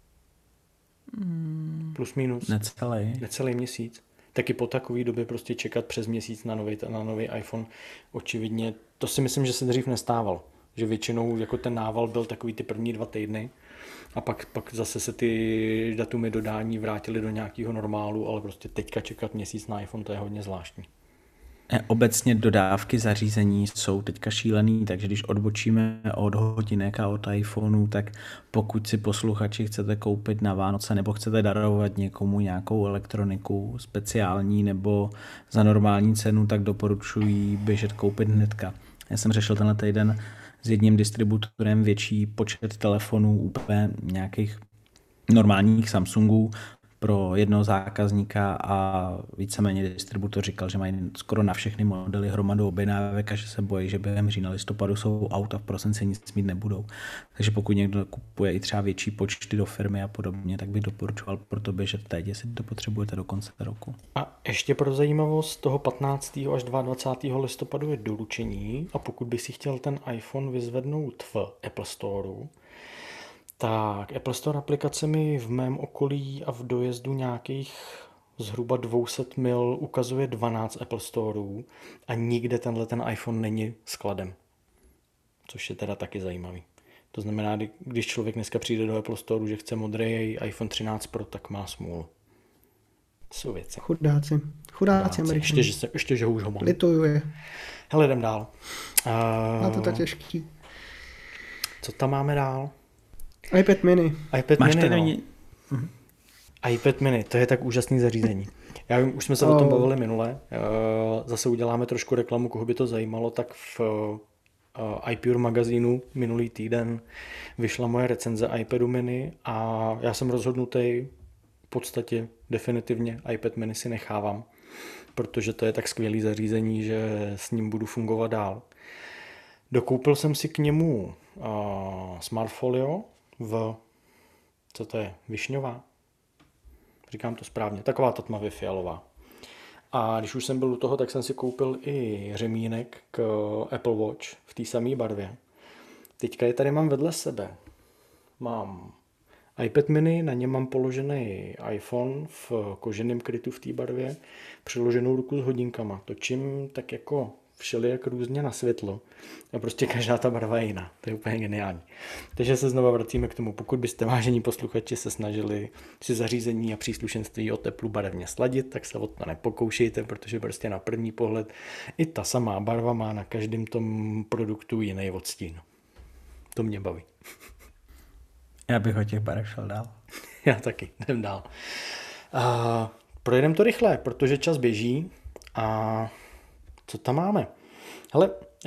Plus minus? Necelý měsíc. Taky po takové době prostě čekat přes měsíc na nový iPhone, očividně, to si myslím, že se dřív nestávalo. Že většinou jako ten nával byl takový ty první 2 týdny a pak zase se ty datumy dodání vrátily do nějakého normálu, ale prostě teďka čekat měsíc na iPhone, to je hodně zvláštní. Obecně dodávky zařízení jsou teďka šílený, takže když odbočíme od hodinek a od iPhoneu, tak pokud si posluchači chcete koupit na Vánoce nebo chcete darovat někomu nějakou elektroniku speciální nebo za normální cenu, tak doporučuji běžet koupit hnedka. Já jsem řešil tenhle týden s jedním distributorem větší počet telefonů, úplně nějakých normálních Samsungů, pro jednoho zákazníka a víceméně distributor říkal, že mají skoro na všechny modely hromadu objednávek a že se bojí, že během října listopadu jsou auta, v prosinci nic mít nebudou. Takže pokud někdo kupuje i třeba větší počty do firmy a podobně, tak bych doporučoval proto běžet teď, jestli to potřebujete do konce roku. A ještě pro zajímavost, toho 15. až 22. listopadu je doručení a pokud by si chtěl ten iPhone vyzvednout v Apple Storeu, tak Apple Store aplikacemi v mém okolí a v dojezdu nějakých zhruba 200 mil ukazuje 12 Apple Storeů a nikde ten iPhone není skladem. Což je teda taky zajímavý. To znamená, když člověk dneska přijde do Apple Storeu, že chce modrý iPhone 13 Pro, tak má smůlu. Jsou věci. Chudáci Američané. Ještě, že už ho mám. Lituju je. Hele, jdem dál. Na to tak těžký. Co tam máme dál? iPad mini. iPad mini, to je tak úžasný zařízení. Já vím, už jsme se o tom bavili minule. Zase uděláme trošku reklamu, koho by to zajímalo, tak v iPure magazínu minulý týden vyšla moje recenze iPadu mini a já jsem rozhodnutý v podstatě definitivně iPad mini si nechávám, protože to je tak skvělý zařízení, že s ním budu fungovat dál. Dokoupil jsem si k němu Smartfolio co to je, višňová? Říkám to správně, taková ta tmavě fialová. A když už jsem byl u toho, tak jsem si koupil i řemínek k Apple Watch v té samé barvě. Teďka je tady mám vedle sebe. Mám iPad mini, na něm mám položený iPhone v koženém krytu v té barvě, přiloženou ruku s hodinkama. Točím tak jako všelijak různě na světlo a prostě každá ta barva je jiná. To je úplně geniální. Takže se znova vracíme k tomu, pokud byste, vážení posluchači, se snažili si zařízení a příslušenství od Apple barevně sladit, tak se o to nepokoušejte, protože prostě na první pohled i ta samá barva má na každém tom produktu jiný odstín. To mě baví. Já bych o těch barev šel dál. Já taky, jdem dál. Projedeme to rychle, protože čas běží a co tam máme? Hele,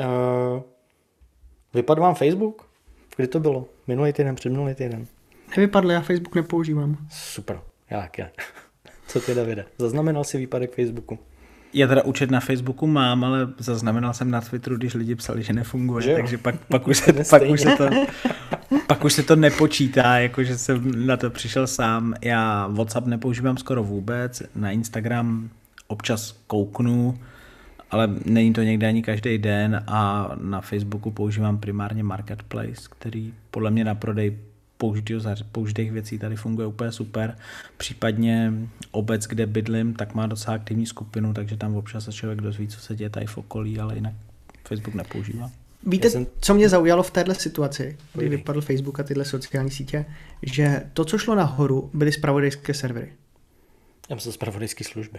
vypadl vám Facebook? Kdy to bylo? Minulý týden, předminulý týden? Nevypadl, já Facebook nepoužívám. Super, jak je. Co ty, Davide? Zaznamenal jsi výpadek Facebooku? Já teda účet na Facebooku mám, ale zaznamenal jsem na Twitteru, když lidi psali, že nefunguje, že takže pak už se to nepočítá, jakože jsem na to přišel sám. Já WhatsApp nepoužívám skoro vůbec, na Instagram občas kouknu, ale není to někde ani každý den a na Facebooku používám primárně Marketplace, který podle mě na prodej použitých věcí tady funguje úplně super. Případně obec, kde bydlím, tak má docela aktivní skupinu, takže tam občas se člověk dozví, co se děje tady v okolí, ale jinak Facebook nepoužívám. Víte, co mě zaujalo v téhle situaci, kdy vypadl Facebook a tyhle sociální sítě, že to, co šlo nahoru, byly zpravodajské servery. Já myslím zpravodajské služby.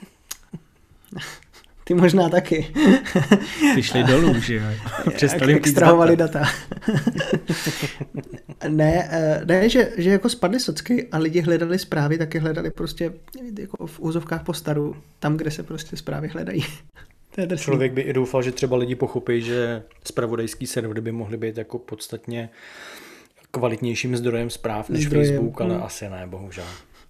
Ty možná taky. Ty šli dolů, že jo? Přestali extrahovali data. ne, že jako spadly socky a lidi hledali zprávy, taky hledali prostě jako v úzovkách po staru, tam, kde se prostě zprávy hledají. Člověk by i doufal, že třeba lidi pochopí, že zpravodajský servery by mohly být jako podstatně kvalitnějším zdrojem zpráv než Facebook, ale asi ne, bohužel.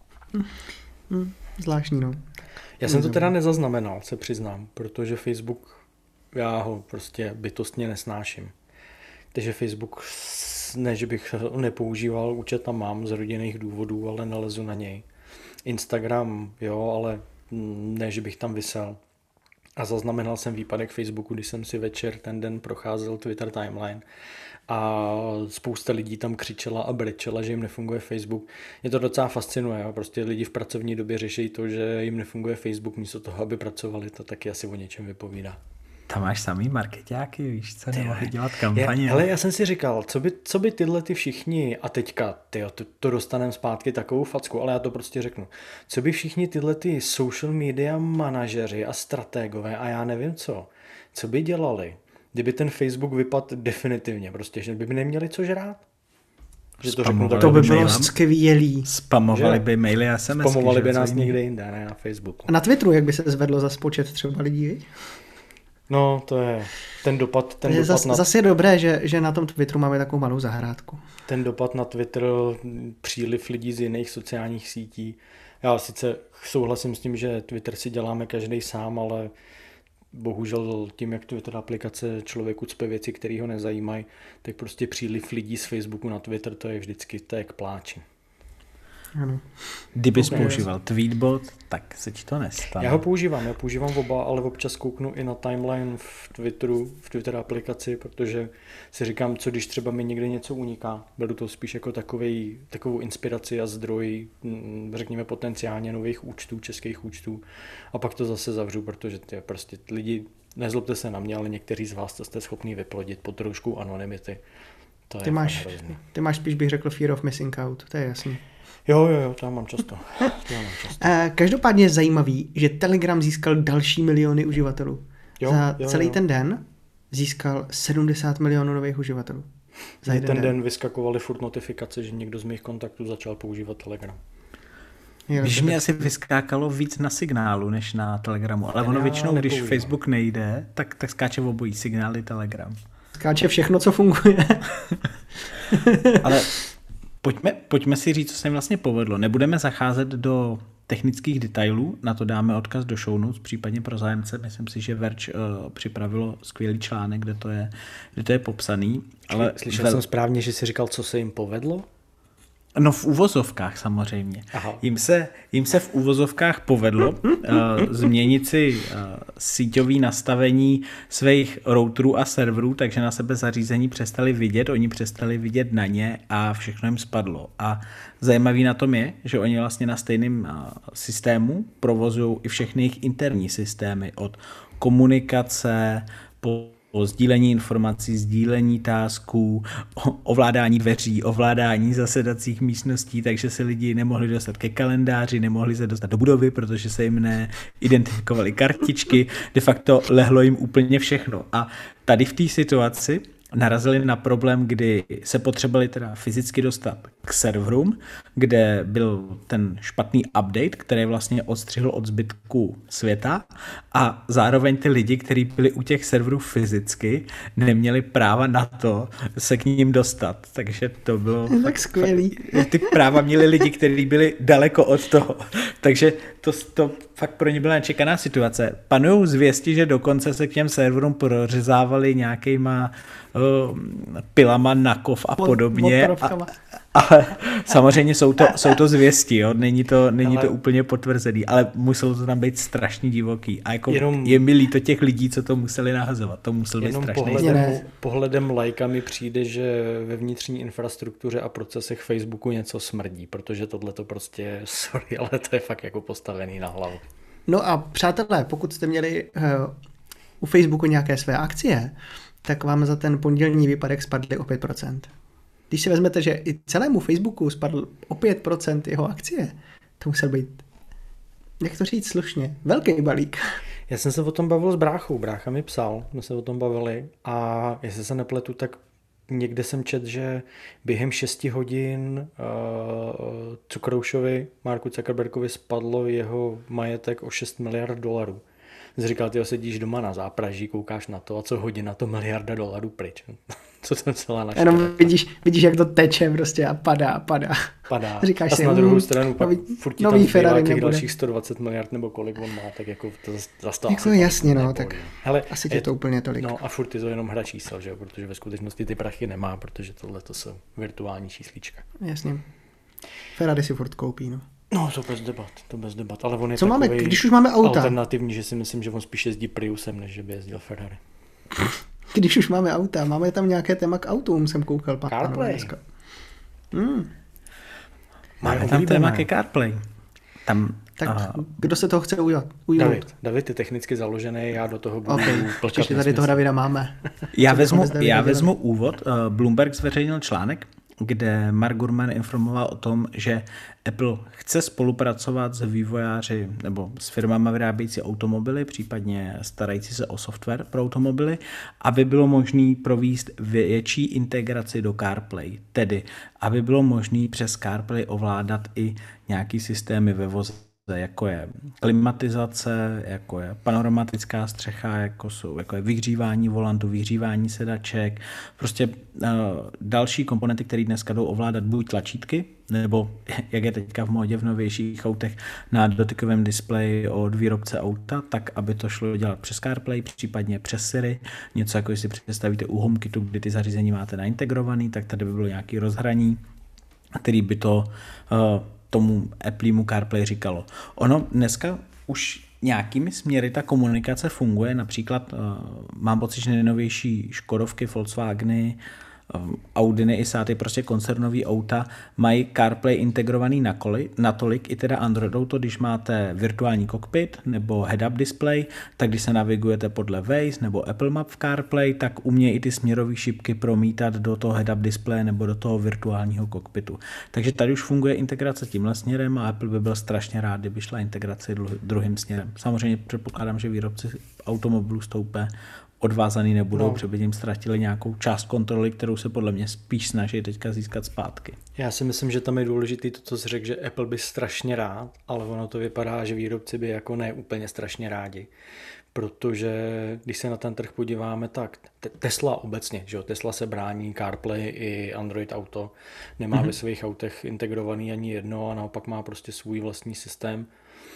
Zvláštní, no. Já jsem to teda nezaznamenal, se přiznám, protože Facebook, já ho prostě bytostně nesnáším. Takže Facebook, ne, že bych ho nepoužíval, účet tam mám z rodinných důvodů, ale nalezu na něj. Instagram, jo, ale ne, že bych tam visel. A zaznamenal jsem výpadek Facebooku, když jsem si večer ten den procházel Twitter timeline a spousta lidí tam křičela a brečela, že jim nefunguje Facebook. Mě to docela fascinuje, jo? Prostě lidi v pracovní době řeší to, že jim nefunguje Facebook, místo toho, aby pracovali, to taky asi o něčem vypovídá. Tam máš samý markeťáky, víš co, nemohli dělat kampaně. Ale já jsem si říkal, co by tyhle ty všichni, a teďka to dostaneme zpátky takovou facku, ale já to prostě řeknu, co by všichni tyhle ty social media manažeři a strategové a já nevím co by dělali, kdyby ten Facebook vypadl definitivně, prostě, že by neměli co žrát? Že to řeknu, to by bylo skvělý. Spamovali by maily a SMSky. Spamovali by nás někde jinde, ne na Facebooku. A na Twitteru, jak by se zvedlo za počet třeba lidí, viď? No, to je ten dopad zase je dobré, že na tom Twitteru máme takovou malou zahrádku. Ten dopad na Twitter, příliv lidí z jiných sociálních sítí. Já sice souhlasím s tím, že Twitter si děláme každý sám, ale bohužel tím, jak Twitter aplikace člověku cpe věci, které ho nezajímají, tak prostě příliv lidí z Facebooku na Twitter, to je vždycky k pláči. Ano. Kdybys používal Tweetbot, tak se ti to nestane. Já ho používám oba, ale občas kouknu i na timeline v Twitter aplikaci, protože si říkám, co když třeba mi někde něco uniká. Beru to spíš jako takovou inspiraci a zdroj, řekněme potenciálně nových účtů, českých účtů, a pak to zase zavřu, protože prostě lidi, nezlobte se na mě, ale někteří z vás to jste schopný vyplodit pod trouškou anonymity. Ty máš spíš, bych řekl, fear of missing out, to je jasný. Jo, to mám často. Každopádně je zajímavý, že Telegram získal další miliony uživatelů. Za celý ten den získal 70 milionů nových uživatelů. Za ten den vyskakovaly furt notifikace, že někdo z mých kontaktů začal používat Telegram. Víš, mě asi vyskákalo víc na Signálu, než na Telegramu, ale ono většinou, když Facebook nejde, tak skáče v obojí, Signál i Telegram. Skáče všechno, co funguje. Ale pojďme si říct, co se jim vlastně povedlo. Nebudeme zacházet do technických detailů, na to dáme odkaz do show notes, případně pro zájemce. Myslím si, že Verge připravilo skvělý článek, kde to je popsaný. Ale slyšel jsem správně, že jsi říkal, co se jim povedlo? No v uvozovkách samozřejmě. Aha. Jim se v uvozovkách povedlo změnit si síťový nastavení svých routerů a serverů, takže na sebe zařízení přestali vidět, oni přestali vidět na ně a všechno jim spadlo. A zajímavý na tom je, že oni vlastně na stejném systému provozují i všechny jejich interní systémy od komunikace o sdílení informací, sdílení tasků, ovládání dveří, ovládání zasedacích místností, takže se lidi nemohli dostat ke kalendáři, nemohli se dostat do budovy, protože se jim neidentifikovaly kartičky, de facto lehlo jim úplně všechno. A tady v té situaci narazili na problém, kdy se potřebovali teda fyzicky dostat k serverům, kde byl ten špatný update, který vlastně odstřihl od zbytku světa, a zároveň ty lidi, kteří byli u těch serverů fyzicky, neměli práva na to se k ním dostat. Takže to bylo tak skvělý. Ty práva měli lidi, kteří byli daleko od toho. Takže to fakt pro ně byla nečekaná situace. Panujou zvěsti, že dokonce se k těm serverům prořezávali nějakýma pilama na kov a podobně. Ale samozřejmě jsou to zvěsti, jo? Není to úplně potvrzený, ale muselo to tam být strašně divoký. A jako je mi líto těch lidí, co to museli nahazovat. To musel být strašný. Pohledem lajka mi přijde, že ve vnitřní infrastruktuře a procesech Facebooku něco smrdí, protože tohle to prostě, sorry, ale to je fakt jako postavený na hlavu. No a přátelé, pokud jste měli u Facebooku nějaké své akcie, tak vám za ten pondělní výpadek spadly o 5%. Když si vezmete, že i celému Facebooku spadl o 5% jeho akcie, to musel být, jak to říct slušně, velký balík. Já jsem se o tom bavil s bráchou, brácha mi psal, jsme se o tom bavili a jestli se nepletu, tak někde jsem četl, že během 6 hodin Cukroušovi, Marku Zuckerbergovi spadlo jeho majetek o 6 miliard dolarů. Jsi říkal, ty sedíš doma na zápraží, koukáš na to a co hodina to miliarda dolarů pryč. Co jsem celá naštval. Jenom vidíš, jak to teče prostě a padá. Říkáš a si, na druhou stranu pak furt ti tam zbývá těch nebude. dalších 120 miliard nebo kolik on má, tak jako to zase to jako asi jasně, no, nebolí. tak hele, asi tě to úplně tolik. No a furt je to jenom hra čísel, že jo, protože ve skutečnosti ty prachy nemá, protože tohle to jsou virtuální číslíčka. Jasně. Ferrari si furt koupí, no. No, to bez debat, ale on je co takovej máme, když už máme auta? Alternativní, že si myslím, že on spíš jezdí Priusem, než že by jezdil Ferrari. Když už máme auta, máme tam nějaké téma k autům, jsem koukal. CarPlay. Máme tam téma ke CarPlay. Kdo se toho chce ujmout? David je technicky založený, já do toho budu plkat. Ještě tady toho Davida máme. Já vezmu úvod. Bloomberg zveřejnil článek, kde Mark Gurman informoval o tom, že Apple chce spolupracovat s vývojáři nebo s firmami vyrábějící automobily, případně starající se o software pro automobily, aby bylo možné provést větší integraci do CarPlay. Tedy, aby bylo možné přes CarPlay ovládat i nějaký systémy ve voze, jako je klimatizace, jako je panoramatická střecha, jako je vyhřívání volantu, vyhřívání sedaček, prostě další komponenty, které dneska jdou ovládat buď tlačítky, nebo jak je teďka v módě v novějších autech na dotykovém displeji od výrobce auta, tak aby to šlo dělat přes CarPlay, případně přes Siri, něco jako si představíte u HomeKitu, kdy ty zařízení máte naintegrovaný, tak tady by bylo nějaké rozhraní, který by to tomu Applemu CarPlay říkalo. Ono dneska už nějakými směry ta komunikace funguje, například mám pocit, že nejnovější Škodovky, Volkswageny, Audiny i Seaty, prostě koncernový auta mají CarPlay integrovaný natolik, i teda Android Auto, když máte virtuální kokpit nebo head-up display, tak když se navigujete podle Waze nebo Apple Map v CarPlay, tak umějí i ty směrové šipky promítat do toho head-up displaye nebo do toho virtuálního kokpitu. Takže tady už funguje integrace tímhle směrem a Apple by byl strašně rád, kdyby šla integrace druhým směrem. Samozřejmě předpokládám, že výrobci automobilů stoupé odvázaný nebudou, protože by jim ztratili nějakou část kontroly, kterou se podle mě spíš snaží teďka získat zpátky. Já si myslím, že tam je důležitý to, co jsi řekl, že Apple by strašně rád, ale ono to vypadá, že výrobci by jako ne úplně strašně rádi. Protože když se na ten trh podíváme, tak Tesla obecně, že jo, Tesla se brání CarPlay i Android Auto, nemá ve svých autech integrovaný ani jedno a naopak má prostě svůj vlastní systém.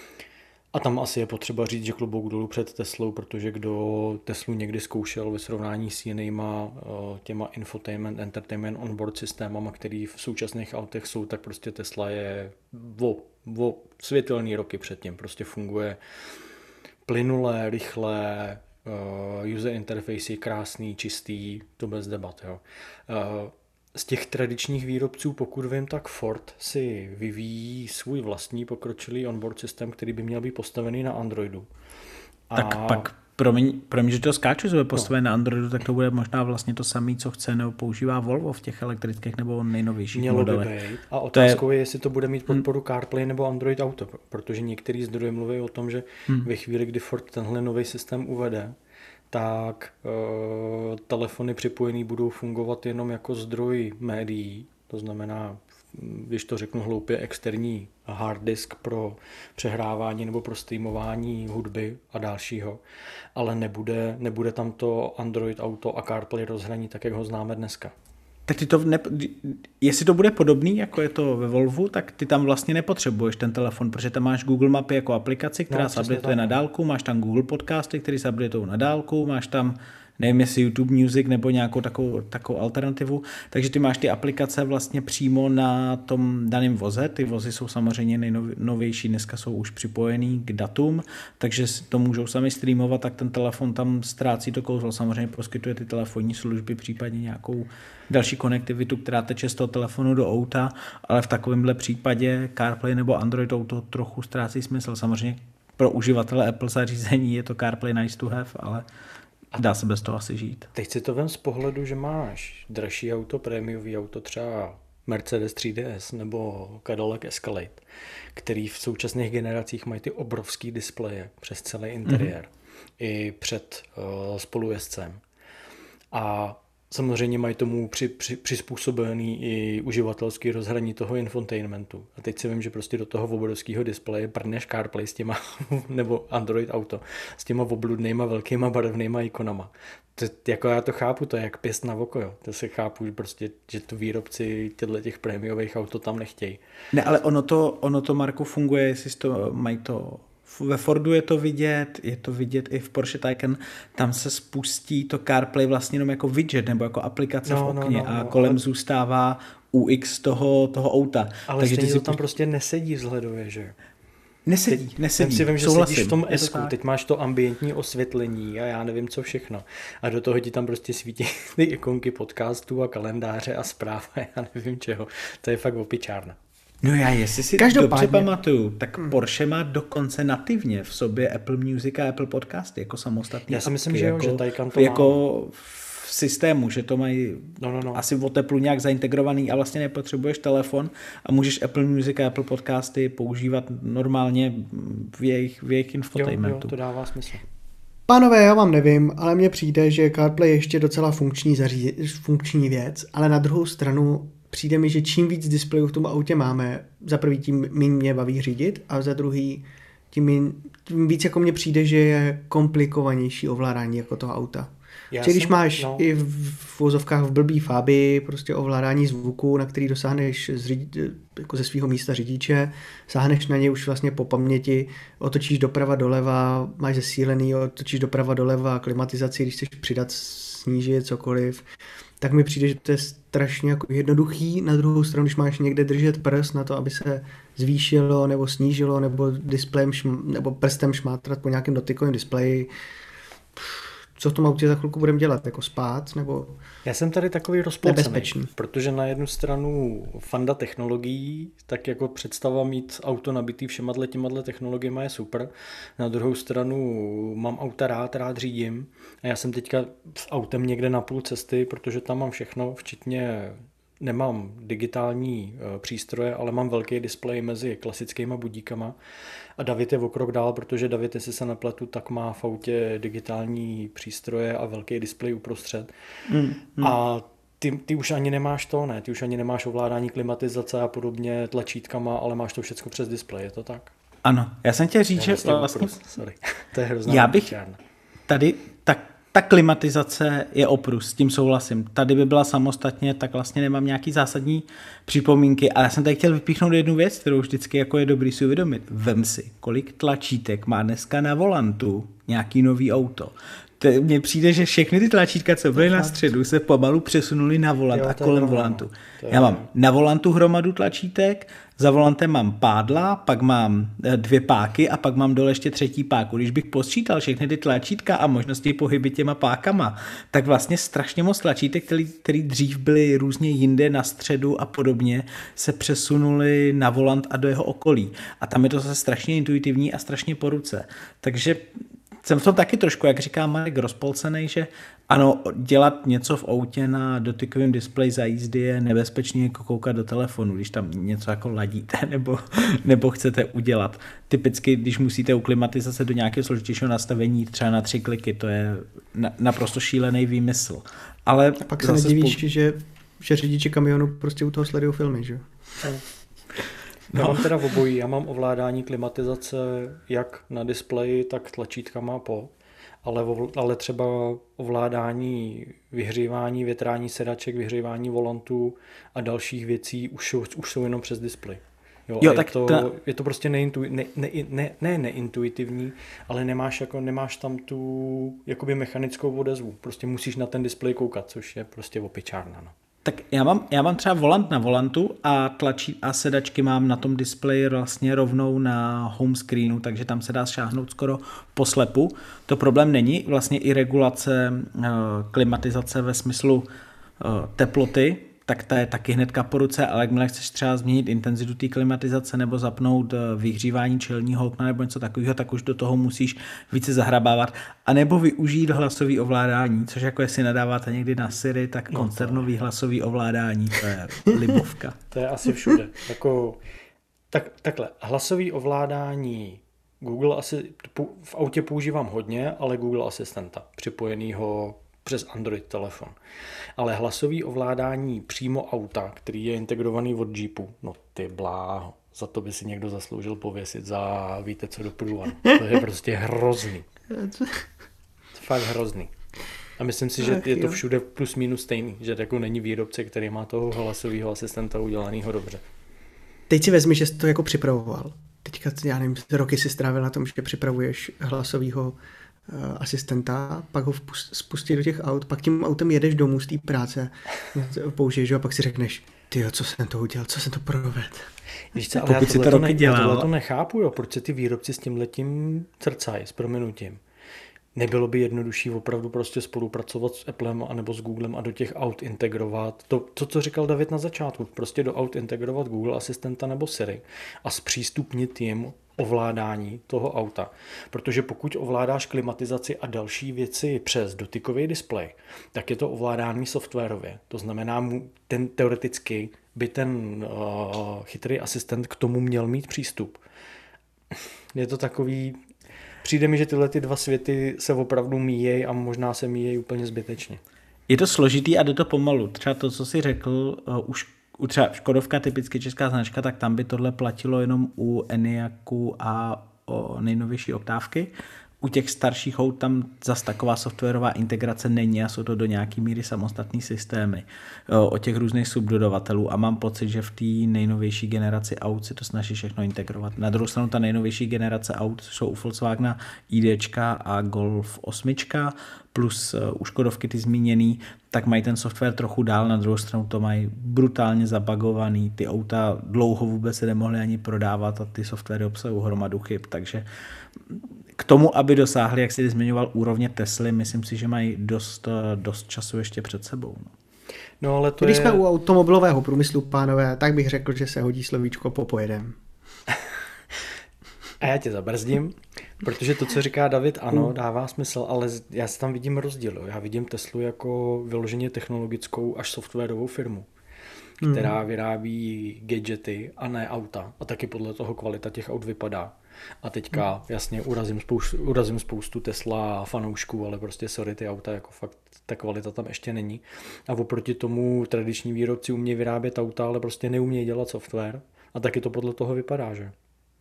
A tam asi je potřeba říct, že klobouk dolů před Teslou, protože kdo Teslu někdy zkoušel ve srovnání s jinýma těma infotainment, entertainment, onboard systémama, který v současných autech jsou, tak prostě Tesla je o světelný roky předtím. Prostě funguje plynulé, rychlé, user interface je krásný, čistý, to bez debat. Jo. Z těch tradičních výrobců, pokud vím, tak Ford si vyvíjí svůj vlastní pokročilý onboard systém, který by měl být postavený na Androidu. Tak pak, promiň, že to skáču, že bude postavený na Androidu, tak to bude možná vlastně to samé, co chce nebo používá Volvo v těch elektrických nebo nejnovějších modelech. Mělo by být. A otázkou je, jestli to bude mít podporu CarPlay nebo Android Auto, protože některý zdroje mluví o tom, že ve chvíli, kdy Ford tenhle nový systém uvede, tak telefony připojený budou fungovat jenom jako zdroj médií, to znamená, když to řeknu hloupě, externí hard disk pro přehrávání nebo pro streamování hudby a dalšího, ale nebude tam to Android Auto a CarPlay rozhraní tak, jak ho známe dneska. Tak jestli to bude podobný, jako je to ve Volvu, tak ty tam vlastně nepotřebuješ ten telefon, protože tam máš Google Mapy jako aplikaci, která se updateuje na dálku, máš tam Google Podcasty, který se updateují na dálku, máš tam nevím jestli YouTube Music nebo nějakou takovou alternativu, takže ty máš ty aplikace vlastně přímo na tom daném voze, ty vozy jsou samozřejmě nejnovější, dneska jsou už připojený k datům, takže to můžou sami streamovat, tak ten telefon tam ztrácí to kouzlo, samozřejmě poskytuje ty telefonní služby, případně nějakou další konektivitu, která teče z toho telefonu do auta, ale v takovémhle případě CarPlay nebo Android Auto trochu ztrácí smysl. Samozřejmě pro uživatele Apple zařízení je to CarPlay nice to have, ale dá se bez toho asi žít. Teď si to vem z pohledu, že máš dražší auto, prémiový auto, třeba Mercedes 3DS nebo Cadillac Escalade, který v současných generacích mají ty obrovský displeje přes celý interiér i před spolujezdcem. A samozřejmě mají tomu přizpůsobený i uživatelský rozhraní toho infotainmentu. A teď si vím, že prostě do toho obrovského displeje prdneš CarPlay s těma, nebo Android Auto, s těma obludnýma velkýma barevnýma ikonama. Jako já to chápu, to je jak pěst na oko, jo. To se chápu, že prostě, že to výrobci těch prémiových aut tam nechtějí. Ne, ale ono to Marku funguje, jestli to mají to ve Fordu je to vidět i v Porsche Taycan, tam se spustí to CarPlay vlastně jenom jako widget nebo jako aplikace v okně a kolem zůstává UX toho auta. Ale takže stejně to tam prostě nesedí vzhledově, že jo? Nesedí. Si vím, že sedíš v tom S-ku, teď máš to ambientní osvětlení a já nevím co všechno. A do toho ti tam prostě svítí ty ikonky podcastů a kalendáře a zpráv a já nevím čeho. To je fakt opičárna. No já jestli si dobře pamatuju, tak Porsche má dokonce nativně v sobě Apple Music a Apple Podcasty jako samostatný. Já si myslím, že jo, že Taycan to jako má. V systému, že to mají asi o teplu nějak zaintegrovaný a vlastně nepotřebuješ telefon a můžeš Apple Music a Apple Podcasty používat normálně v jejich infotainmentu. Jo, to dává smysl. Pánové, já vám nevím, ale mně přijde, že CarPlay je ještě docela funkční věc, ale na druhou stranu přijde mi, že čím víc displejů v tom autě máme, za prvý tím méně mě baví řídit a za druhý tím víc jako mně přijde, že je komplikovanější ovládání jako toho auta. Když máš i v vozovkách v blbý fábii prostě ovládání zvuku, na který dosáhneš jako ze svého místa řidiče, sáhneš na něj už vlastně po paměti, otočíš doprava doleva, máš zesílený, otočíš doprava doleva, klimatizaci, když chceš přidat, snížit cokoliv, tak mi přijde, že to je strašně jako jednoduchý. Na druhou stranu, když máš někde držet prst na to, aby se zvýšilo nebo snížilo, nebo displejem nebo prstem šmátrat po nějakém dotykovém displeji, co v tom autě za chvilku budeme dělat, jako spát, nebo já jsem tady takový rozpolcený, protože na jednu stranu fanda technologií, tak jako představa mít auto nabitý těmahle technologiemi je super. Na druhou stranu mám auta rád řídím a já jsem teďka s autem někde na půl cesty, protože tam mám všechno, včetně nemám digitální přístroje, ale mám velký displej mezi klasickýma budíkama a David je o krok dál, protože David, jestli se nepletu, tak má v autě digitální přístroje a velký displej uprostřed. A ty už ani nemáš to, ne? Ty už ani nemáš ovládání klimatizace a podobně tlačítkama, ale máš to všechno přes displej, je to tak? Ano, já jsem chtěl říct, že vlastně... Sorry, to je hrozná. Já bych tady ta klimatizace je oprus, s tím souhlasím. Tady by byla samostatně, tak vlastně nemám nějaký zásadní připomínky, ale já jsem tady chtěl vypíchnout jednu věc, kterou vždycky jako je dobrý si uvědomit. Vem si, kolik tlačítek má dneska na volantu nějaký nový auto. Mně přijde, že všechny ty tlačítka, co byly na středu, se pomalu přesunuly na volant a kolem volantu. Já mám na volantu hromadu tlačítek, za volantem mám pádla, pak mám 2 páky a pak mám dole ještě 3. páku. Když bych posčítal všechny ty tlačítka a možnosti pohyby těma pákama, tak vlastně strašně moc tlačítek, který dřív byly různě jinde na středu a podobně, se přesunuly na volant a do jeho okolí. A tam je to zase strašně intuitivní a strašně po ruce. Takže jsem v tom taky trošku, jak říká Marek, rozpolcený, že ano, dělat něco v autě na dotykovém displeji za jízdy je nebezpečný jako koukat do telefonu, když tam něco jako ladíte nebo chcete udělat. Typicky, když musíte u klimatizace do nějakého složitějšího nastavení třeba na 3 kliky, to je naprosto šílený výmysl. Ale a pak se nedivíš, že řidiči kamionu prostě u toho sledují filmy, že? Já mám teda obojí, já mám ovládání klimatizace jak na displeji, tak tlačítkama ale třeba ovládání vyhřívání, větrání sedaček, vyhřívání volantů a dalších věcí už jsou jenom přes displej. Jo, tak je to prostě neintuitivní, ale nemáš tam tu jakoby mechanickou odezvu. Prostě musíš na ten displej koukat, což je prostě opičárna. No. Tak já mám třeba volant na volantu a tlačí a sedačky mám na tom displeji vlastně rovnou na home screenu, takže tam se dá šáhnout skoro po slepu. To problém není, vlastně i regulace klimatizace ve smyslu teploty, tak ta je taky hnedka po ruce, ale jakmile chceš třeba změnit intenzitu té klimatizace nebo zapnout vyhřívání čelního okna nebo něco takového, tak už do toho musíš více zahrabávat. A nebo využít hlasový ovládání, což jako jestli nadáváte někdy na Siri, tak koncernový hlasový ovládání, to je libovka. To je asi všude. Takhle, hlasový ovládání Google asi v autě používám hodně, ale Google asistenta připojenýho přes Android telefon. Ale hlasový ovládání přímo auta, který je integrovaný od Jeepu, no ty bláho, za to by si někdo zasloužil pověsit za víte co do průvan. To je prostě hrozný. Fakt hrozný. A myslím si, že je to všude plus minus stejný, že jako není výrobce, který má toho hlasového asistenta udělanýho dobře. Teď si vezmi, že jsi to jako připravoval. Teďka, já nevím, roky si strávil na tom, že připravuješ hlasovýho asistenta, pak ho spustí do těch aut, pak tím autem jedeš domů z té práce, použiješ ho a pak si řekneš, tyjo, co jsem to udělal, co jsem to provedl. Víš co, ale já tohle to nechápu, jo, proč se ty výrobci s tímhletím crcají, s prominutím. Nebylo by jednodušší opravdu prostě spolupracovat s Applem anebo s Googlem a do těch aut integrovat to, co říkal David na začátku, prostě do aut integrovat Google asistenta nebo Siri a zpřístupnit jim ovládání toho auta. Protože pokud ovládáš klimatizaci a další věci přes dotykový displej, tak je to ovládání softwarově. To znamená, teoreticky by ten chytrý asistent k tomu měl mít přístup. Je to takový... Přijde mi, že tyhle ty dva světy se opravdu míjejí a možná se míjejí úplně zbytečně. Je to složitý a jde to pomalu. Třeba to, co jsi řekl, už třeba Škodovka, typicky česká značka, tak tam by tohle platilo jenom u Enyaqu a o nejnovější oktávky. U těch starších aut tam zas taková softwarová integrace není a jsou to do nějaký míry samostatný systémy od těch různých subdodavatelů a mám pocit, že v té nejnovější generaci aut si to snaží všechno integrovat. Na druhou stranu ta nejnovější generace aut jsou u Volkswagena IDčka a Golf 8 plus u Škodovky ty zmíněný, tak mají ten software trochu dál, na druhou stranu to mají brutálně zabagovaný, ty auta dlouho vůbec se nemohly ani prodávat a ty softwary obsahují hromadu chyb, takže k tomu, aby dosáhli, jak jsi zmiňoval, úrovně Tesly, myslím si, že mají dost času ještě před sebou. No, ale když jsme u automobilového průmyslu, pánové, tak bych řekl, že se hodí slovíčko popojedem. A já tě zabrzdím, protože to, co říká David, ano, dává smysl, ale já si tam vidím rozdíl. Já vidím Teslu jako vyloženě technologickou až softwarovou firmu, která vyrábí gadgety a ne auta. A taky podle toho kvalita těch aut vypadá. A teďka jasně urazím spoustu Tesla fanoušků, ale prostě sorry, ty auta jako fakt ta kvalita tam ještě není. A oproti tomu tradiční výrobci umějí vyrábět auta, ale prostě neumějí dělat software. A taky to podle toho vypadá, že?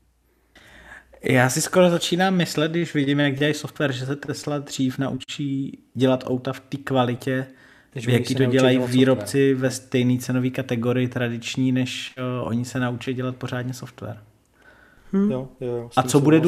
Já si skoro začínám myslet, když vidím, jak dělají software, že se Tesla dřív naučí dělat auta v té kvalitě, v jaký to dělají výrobci ve stejné cenové kategorii tradiční, než oni se naučí dělat pořádně software. Jo, a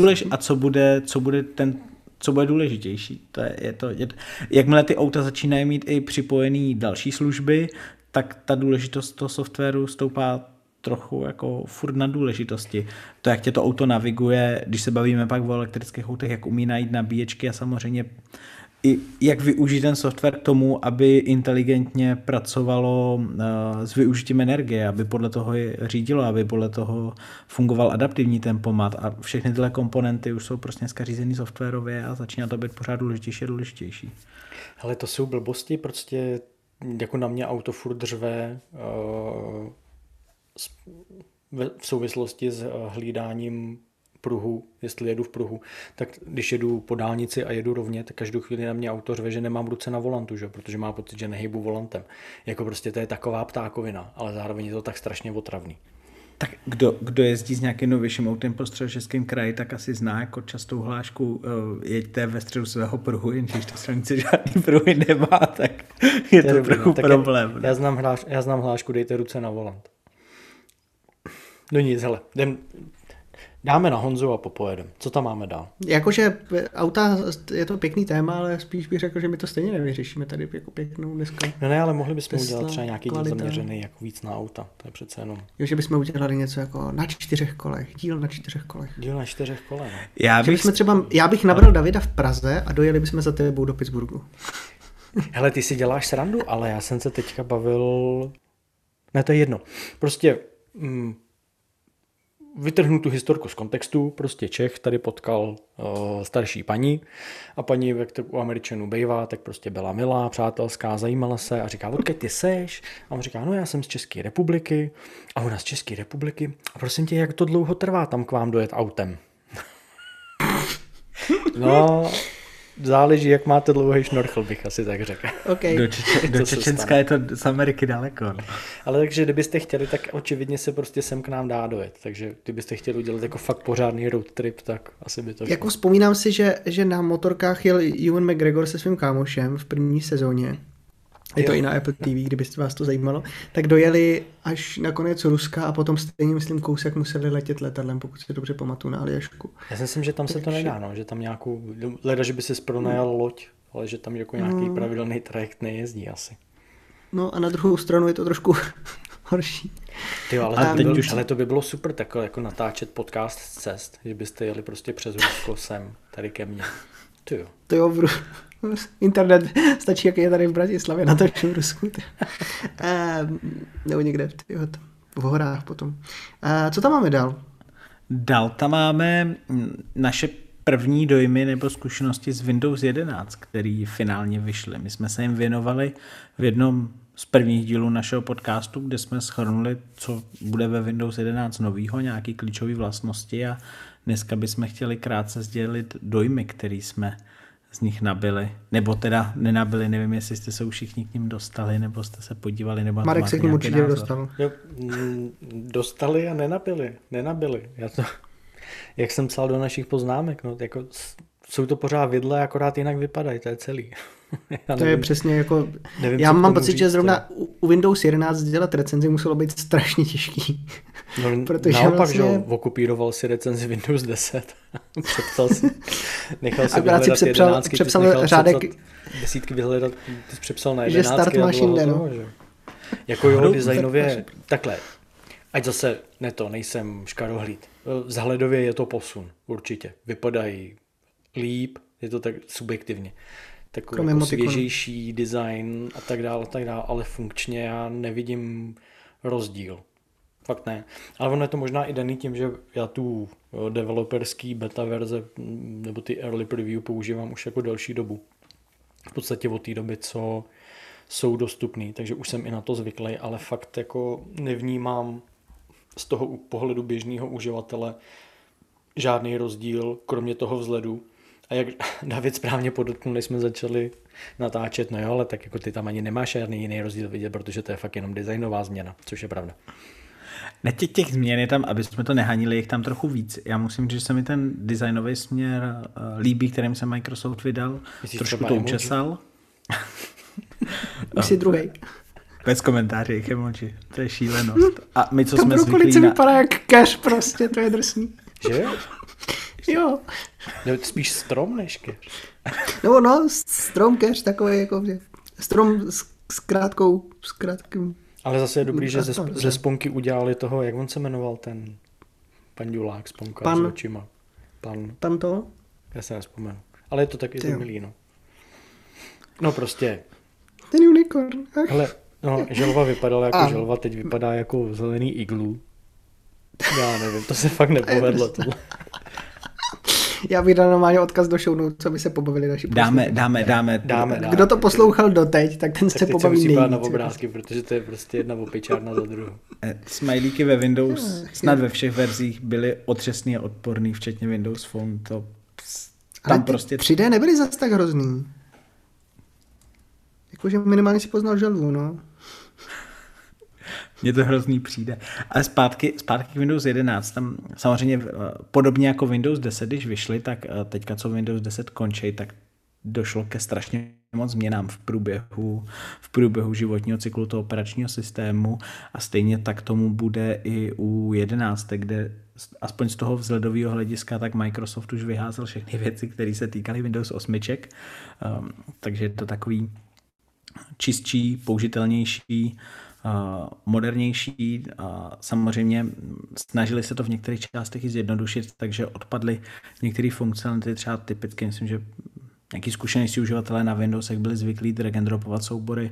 co bude důležitější? Jakmile ty auta začínají mít i připojený další služby, tak ta důležitost toho softwaru stoupá trochu jako furt na důležitosti. To, jak tě to auto naviguje, když se bavíme pak o elektrických autech, jak umí najít nabíječky a samozřejmě i jak využít ten software k tomu, aby inteligentně pracovalo s využitím energie, aby podle toho je řídilo, aby podle toho fungoval adaptivní tempomat a všechny tyhle komponenty už jsou prostě dneska řízený softwarově a začíná to být pořád důležitější a důležitější. Hele, to jsou blbosti, prostě jako na mě auto furt řve v souvislosti s hlídáním pruhu, jestli jedu v pruhu, tak když jedu po dálnici a jedu rovně, tak každou chvíli na mě auto řve, že nemám ruce na volantu, že? Protože má pocit, že nehybu volantem. Jako prostě to je taková ptákovina, ale zároveň je to tak strašně otravný. Tak kdo jezdí s nějakým novějším autem po Středočeském kraji, tak asi zná jako častou hlášku jeďte ve středu svého pruhu, jenže když ta silnice žádný pruhy nemá, tak je to trochu problém. Já znám hlášku dejte ruce na volant. No nic, hele, dáme na Honzu a popojedem. Co tam máme dál? Jakože auta, je to pěkný téma, ale spíš bych řekl, že my to stejně nevyřešíme tady jako pěknou dneska. No ne, ale mohli bychom Tesla, udělat třeba nějaký díl kvalita. zaměřený jako víc na auta. To je přece jenom Jo, že bychom udělali něco jako na 4 kolech, díl na 4 kolech. díl na 4 kole. No. Já bych nabral Davida v Praze a dojeli bychom za tebou do Pittsburghu. Hele, ty si děláš srandu, ale já jsem se teďka bavil... Ne, to je jedno. Prostě vytrhnu tu historku z kontextu, prostě Čech tady potkal starší paní a paní, jak to u Američanů bývá, tak prostě byla milá, přátelská, zajímala se a říká, odkud ty seš? A on říká, no já jsem z České republiky a ona z České republiky. A prosím tě, jak to dlouho trvá tam k vám dojet autem? No, záleží, jak máte dlouhý šnorchl, bych asi tak řekl. Okay. Do Čečenska je to z Ameriky daleko. No. Ale takže kdybyste chtěli, tak očividně se prostě sem k nám dá dojet. Takže kdybyste chtěli udělat jako fakt pořádný road trip, tak asi by to šlo. Jako vzpomínám si, že na motorkách jel Ewan McGregor se svým kámošem v první sezóně. Je to i na Apple TV, kdybyste vás to zajímalo. Tak dojeli až na konec Ruska a potom stejně, myslím, kousek museli letět letadlem, pokud si dobře pamatuju, na Aljašku. Já si myslím, že tam se to nedá, no, že tam nějakou, leda, že by si pronajal loď, ale že tam jako nějaký pravidelný trajekt nejezdí asi. No a na druhou stranu je to trošku horší. Tyjo, ale to by bylo super takhle jako natáčet podcast z cest, že byste jeli prostě přes Rusko sem, tady ke mně. Tyjo. To jo, internet stačí, jak je tady v Bratislavě, natočím v Rusku. Nebo někde v horách potom. Co tam máme dál? Dál tam máme naše první dojmy nebo zkušenosti z Windows 11, který finálně vyšly. My jsme se jim věnovali v jednom z prvních dílů našeho podcastu, kde jsme shrnuli, co bude ve Windows 11 novýho, nějaké klíčové vlastnosti a dneska bychom chtěli krátce sdělit dojmy, které jsme z nich nabili, nebo teda nenabili, nevím, jestli jste se už všichni k ním dostali, nebo jste se podívali, nebo Marek se k ním určitě dostal. Jo, dostali a nenabili. Já to, jak jsem psal do našich poznámek, no, jako, jsou to pořád vidle, akorát jinak vypadají, to je celý. To je přesně jako, já mám pocit, že zrovna u Windows 11 dělat recenzi muselo být strašně těžký. No, protože naopak, vlastně... že okupíroval si recenzi Windows 10. Přepsal si, nechal si vyhledat jedenáctky, přepsal řádek, desítky vyhledat, ty jsi přepsal na 11. Že start máš jinde, no. Jako jo, designově, takhle, ať zase nejsem škarohlíd. Vzhledově je to posun, určitě. Vypadají líp, je to tak subjektivně. Takový jako svěžejší design a tak dále, ale funkčně já nevidím rozdíl. Fakt ne. Ale ono je to možná i daný tím, že já tu developerský beta verze nebo ty early preview používám už jako delší dobu. V podstatě od té doby, co jsou dostupný, takže už jsem i na to zvyklý, ale fakt jako nevnímám z toho pohledu běžného uživatele žádný rozdíl, kromě toho vzhledu. A jak David správně podotknul, než jsme začali natáčet, no jo, ale tak jako ty tam ani nemáš žádný jiný rozdíl vidět, protože to je fakt jenom designová změna, což je pravda. Ne, těch změn je tam, aby jsme to nehanili, je tam trochu víc. Já musím říct, že se mi ten designový směr líbí, kterým se Microsoft vydal. Myslíš trošku to učesal. Jsi druhej. Bez komentářů, jich emoji. To je šílenost. A my, co to jsme zvyklí na... vypadá jak cash prostě, to je drsný. Že jo? Jo. Nebo spíš strom než cash. No, strom cash, takový jako, že strom s krátkým. Ale zase je dobrý, že ze Sponky udělali toho, jak on se jmenoval ten pandulák Sponka s očima. Pan to? Já se nespomenu. Ale je to taky to milý, no. No prostě. Ten unicorn. Ale no, želva vypadala jako želva, teď vypadá jako zelený iglu. Já nevím, to se fakt nepovedlo tohle. Já bych dal normálně odkaz do show notes, co by se pobavili naši Dáme. Kdo to poslouchal doteď, tak ten se pobaví nejvíc. Tak teď se musí na obrázky, protože to je prostě jedna opičárna za druhou. Smajlíky ve Windows snad ve všech verzích byly otřesný a odporný, včetně Windows Phone. To tam ale prostě 3D nebyly zas tak hrozný. Jakože minimálně si poznal želvu, no. Mně to hrozný přijde. Ale zpátky k Windows 11, tam samozřejmě podobně jako Windows 10, když vyšly, tak teďka co Windows 10 končí, tak došlo ke strašně moc změnám v průběhu životního cyklu toho operačního systému a stejně tak tomu bude i u 11, kde aspoň z toho vzhledového hlediska, tak Microsoft už vyházel všechny věci, které se týkaly Windows 8, takže je to takový čistší, použitelnější, modernější. Samozřejmě snažili se to v některých částech i zjednodušit, takže odpadly některé funkcionality, třeba typicky, myslím, že nějaký zkušenější uživatelé na Windowsech byli zvyklí drag and dropovat soubory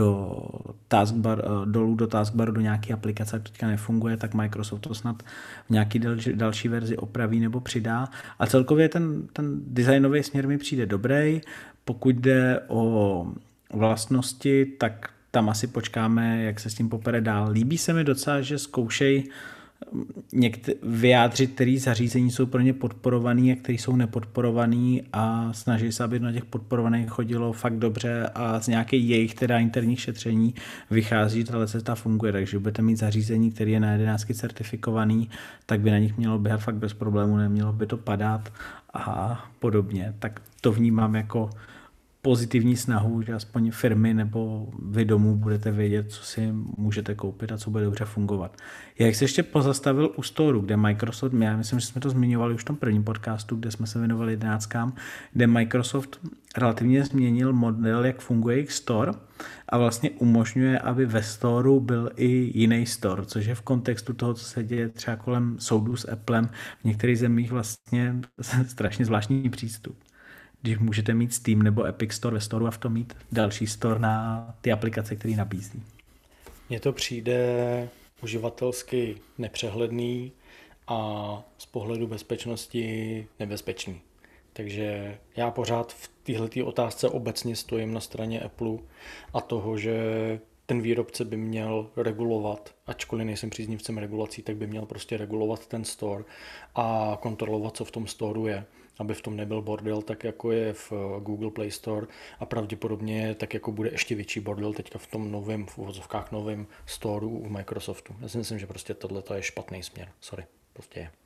dolů do taskbaru do nějaké aplikace, jak teďka nefunguje, tak Microsoft to snad v nějaký další verzi opraví nebo přidá. A celkově ten designový směr mi přijde dobrý. Pokud jde o vlastnosti, tak tam asi počkáme, jak se s tím popere dál. Líbí se mi docela, že zkoušej vyjádřit, který zařízení jsou pro ně podporovaný a který jsou nepodporovaný a snaží se, aby na těch podporovaných chodilo fakt dobře a z nějakých jejich teda interních šetření vychází, že tahle cesta funguje, takže budete mít zařízení, který je na 11 certifikovaný, tak by na nich mělo běhat fakt bez problému, nemělo by to padat a podobně. Tak to vnímám jako pozitivní snahu, že aspoň firmy nebo vy domů budete vědět, co si můžete koupit a co bude dobře fungovat. Jak se ještě pozastavil u Storeu, kde Microsoft, já myslím, že jsme to zmiňovali už v tom prvním podcastu, kde jsme se věnovali 11, kde Microsoft relativně změnil model, jak funguje jejich store a vlastně umožňuje, aby ve Storeu byl i jiný store, což je v kontextu toho, co se děje třeba kolem soudů s Applem v některých zemích vlastně strašně zvláštní přístup. Když můžete mít Steam nebo Epic Store ve Storeu a v tom mít další store na ty aplikace, které nabízí. Mně to přijde uživatelsky nepřehledný a z pohledu bezpečnosti nebezpečný. Takže já pořád v této otázce obecně stojím na straně Apple a toho, že ten výrobce by měl regulovat, ačkoliv nejsem příznivcem regulací, tak by měl prostě regulovat ten store a kontrolovat, co v tom storeu je, aby v tom nebyl bordel, tak jako je v Google Play Store a pravděpodobně tak jako bude ještě větší bordel teďka v tom novém, v uvozovkách novém storeu v Microsoftu. Já si myslím, že prostě tohle je špatný směr. Sorry, prostě je.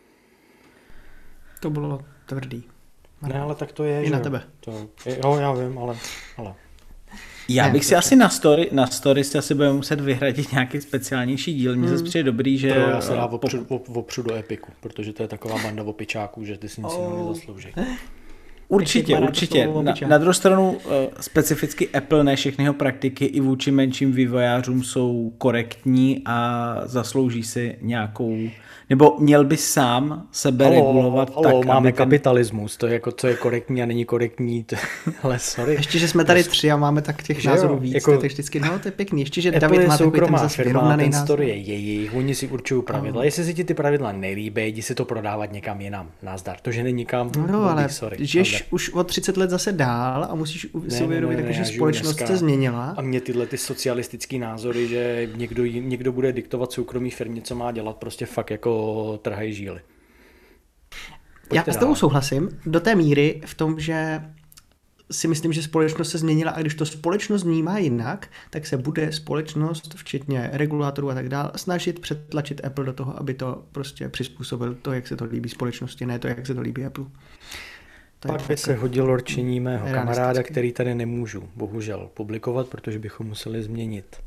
To bylo tvrdý. Ne, ale tak to je, i že na tebe. Jo, já vím, ale. Já bych si asi na story si asi budeme muset vyhradit nějaký speciálnější díl. Mně zase přijde dobrý, že... To se dá opřu do Epiku, protože to je taková banda opičáků, že ty si nic nezaslouží. Určitě. Na druhou stranu specificky Apple, ne všechny jeho praktiky i vůči menším vývojářům jsou korektní a zaslouží si nějakou... Nebo měl by sám sebe regulovat tak, máme kapitalismus, to je jako, co je korektní a není korektní, ale sorry. Ještě, že jsme tady tři a máme tak těch názorů víc, jako, tak vždycky, no to je pěkný. Ještě, že David má takový ten zase vyrovnaný názor. Story je jejich, oni si určují pravidla. Jestli si ti ty pravidla nelíbí, jdi si to prodávat někam jinam, nazdar. To, že není nikam, ale žiješ už o 30 let zase dál a musíš si uvědomit, že společnost se změnila. A mě tyhle ty socialistický názory, že někdo bude diktovat soukromý firmě, co má dělat, prostě fakt jako trhají žíly. Já s tebou souhlasím do té míry v tom, že si myslím, že společnost se změnila a když to společnost vnímá jinak, tak se bude společnost, včetně regulátorů a tak dále, snažit přetlačit Apple do toho, aby to prostě přizpůsobil to, jak se to líbí společnosti, ne to, jak se to líbí Apple. To pak by se hodilo rčení mého kamaráda, který tady nemůžu bohužel publikovat, protože bychom museli změnit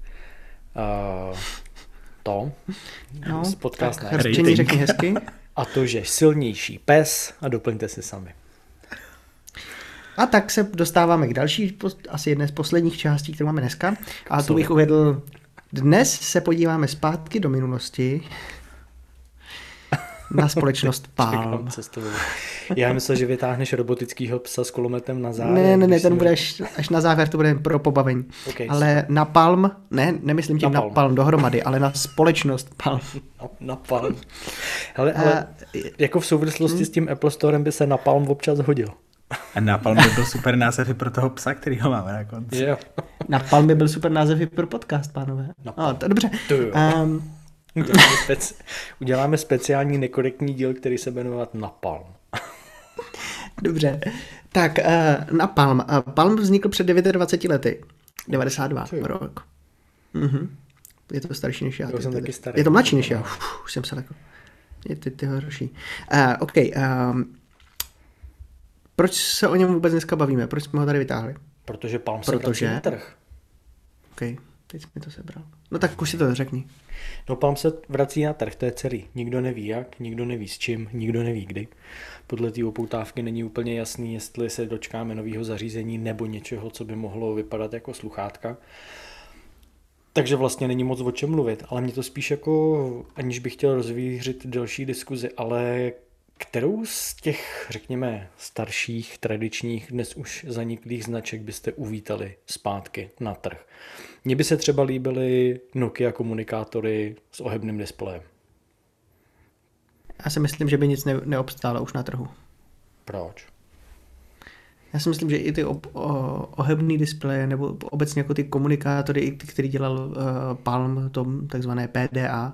podcast na rčení řekni hezky. A to, že silnější pes a doplňte si sami. A tak se dostáváme k další, asi jedné z posledních částí, kterou máme dneska. A tu bych uvedl, dnes se podíváme zpátky do minulosti na společnost Palm. Já myslel, že vytáhneš robotického psa s kulometem na závěr. Ne, ten bude až na závěr, to bude pro pobavení. Okay, ale na Palm, nemyslím tím na Palm dohromady, ale na společnost Palm. Na Palm. Ale jako v souvislosti s tím Apple Storem by se na Palm občas hodil. A na Palm by byl super název i pro toho psa, který ho máme na konci. Jo. Na Palm by byl super název i pro podcast, pánové. To dobře. Uděláme speciální nekorektní díl, který se jmenuje Napalm. Dobře. Tak Napalm. Palm vznikl před 29 lety. 92 rok. Je to starší než já. Je to mladší než já. Už jsem se takhle. Je ty horší. OK. Proč se o něm vůbec dneska bavíme? Proč jsme ho tady vytáhli? Protože Palm se vrací na trh. OK, teď jsi mi to sebral. No tak už si to řekni. No Palm se vrací na trh, to je celý. Nikdo neví jak, nikdo neví s čím, nikdo neví kdy. Podle té upoutávky není úplně jasný, jestli se dočkáme nového zařízení nebo něčeho, co by mohlo vypadat jako sluchátka. Takže vlastně není moc o čem mluvit, ale mě to spíš jako, aniž bych chtěl rozvířit další diskuzi, ale kterou z těch, řekněme, starších, tradičních, dnes už zaniklých značek byste uvítali zpátky na trh? Mně by se třeba líbily Nokia komunikátory s ohebným displejem. Já si myslím, že by nic neobstálo už na trhu. Proč? Já si myslím, že i ty ohebný displeje nebo obecně jako ty komunikátory, který dělal Palm, to takzvané PDA.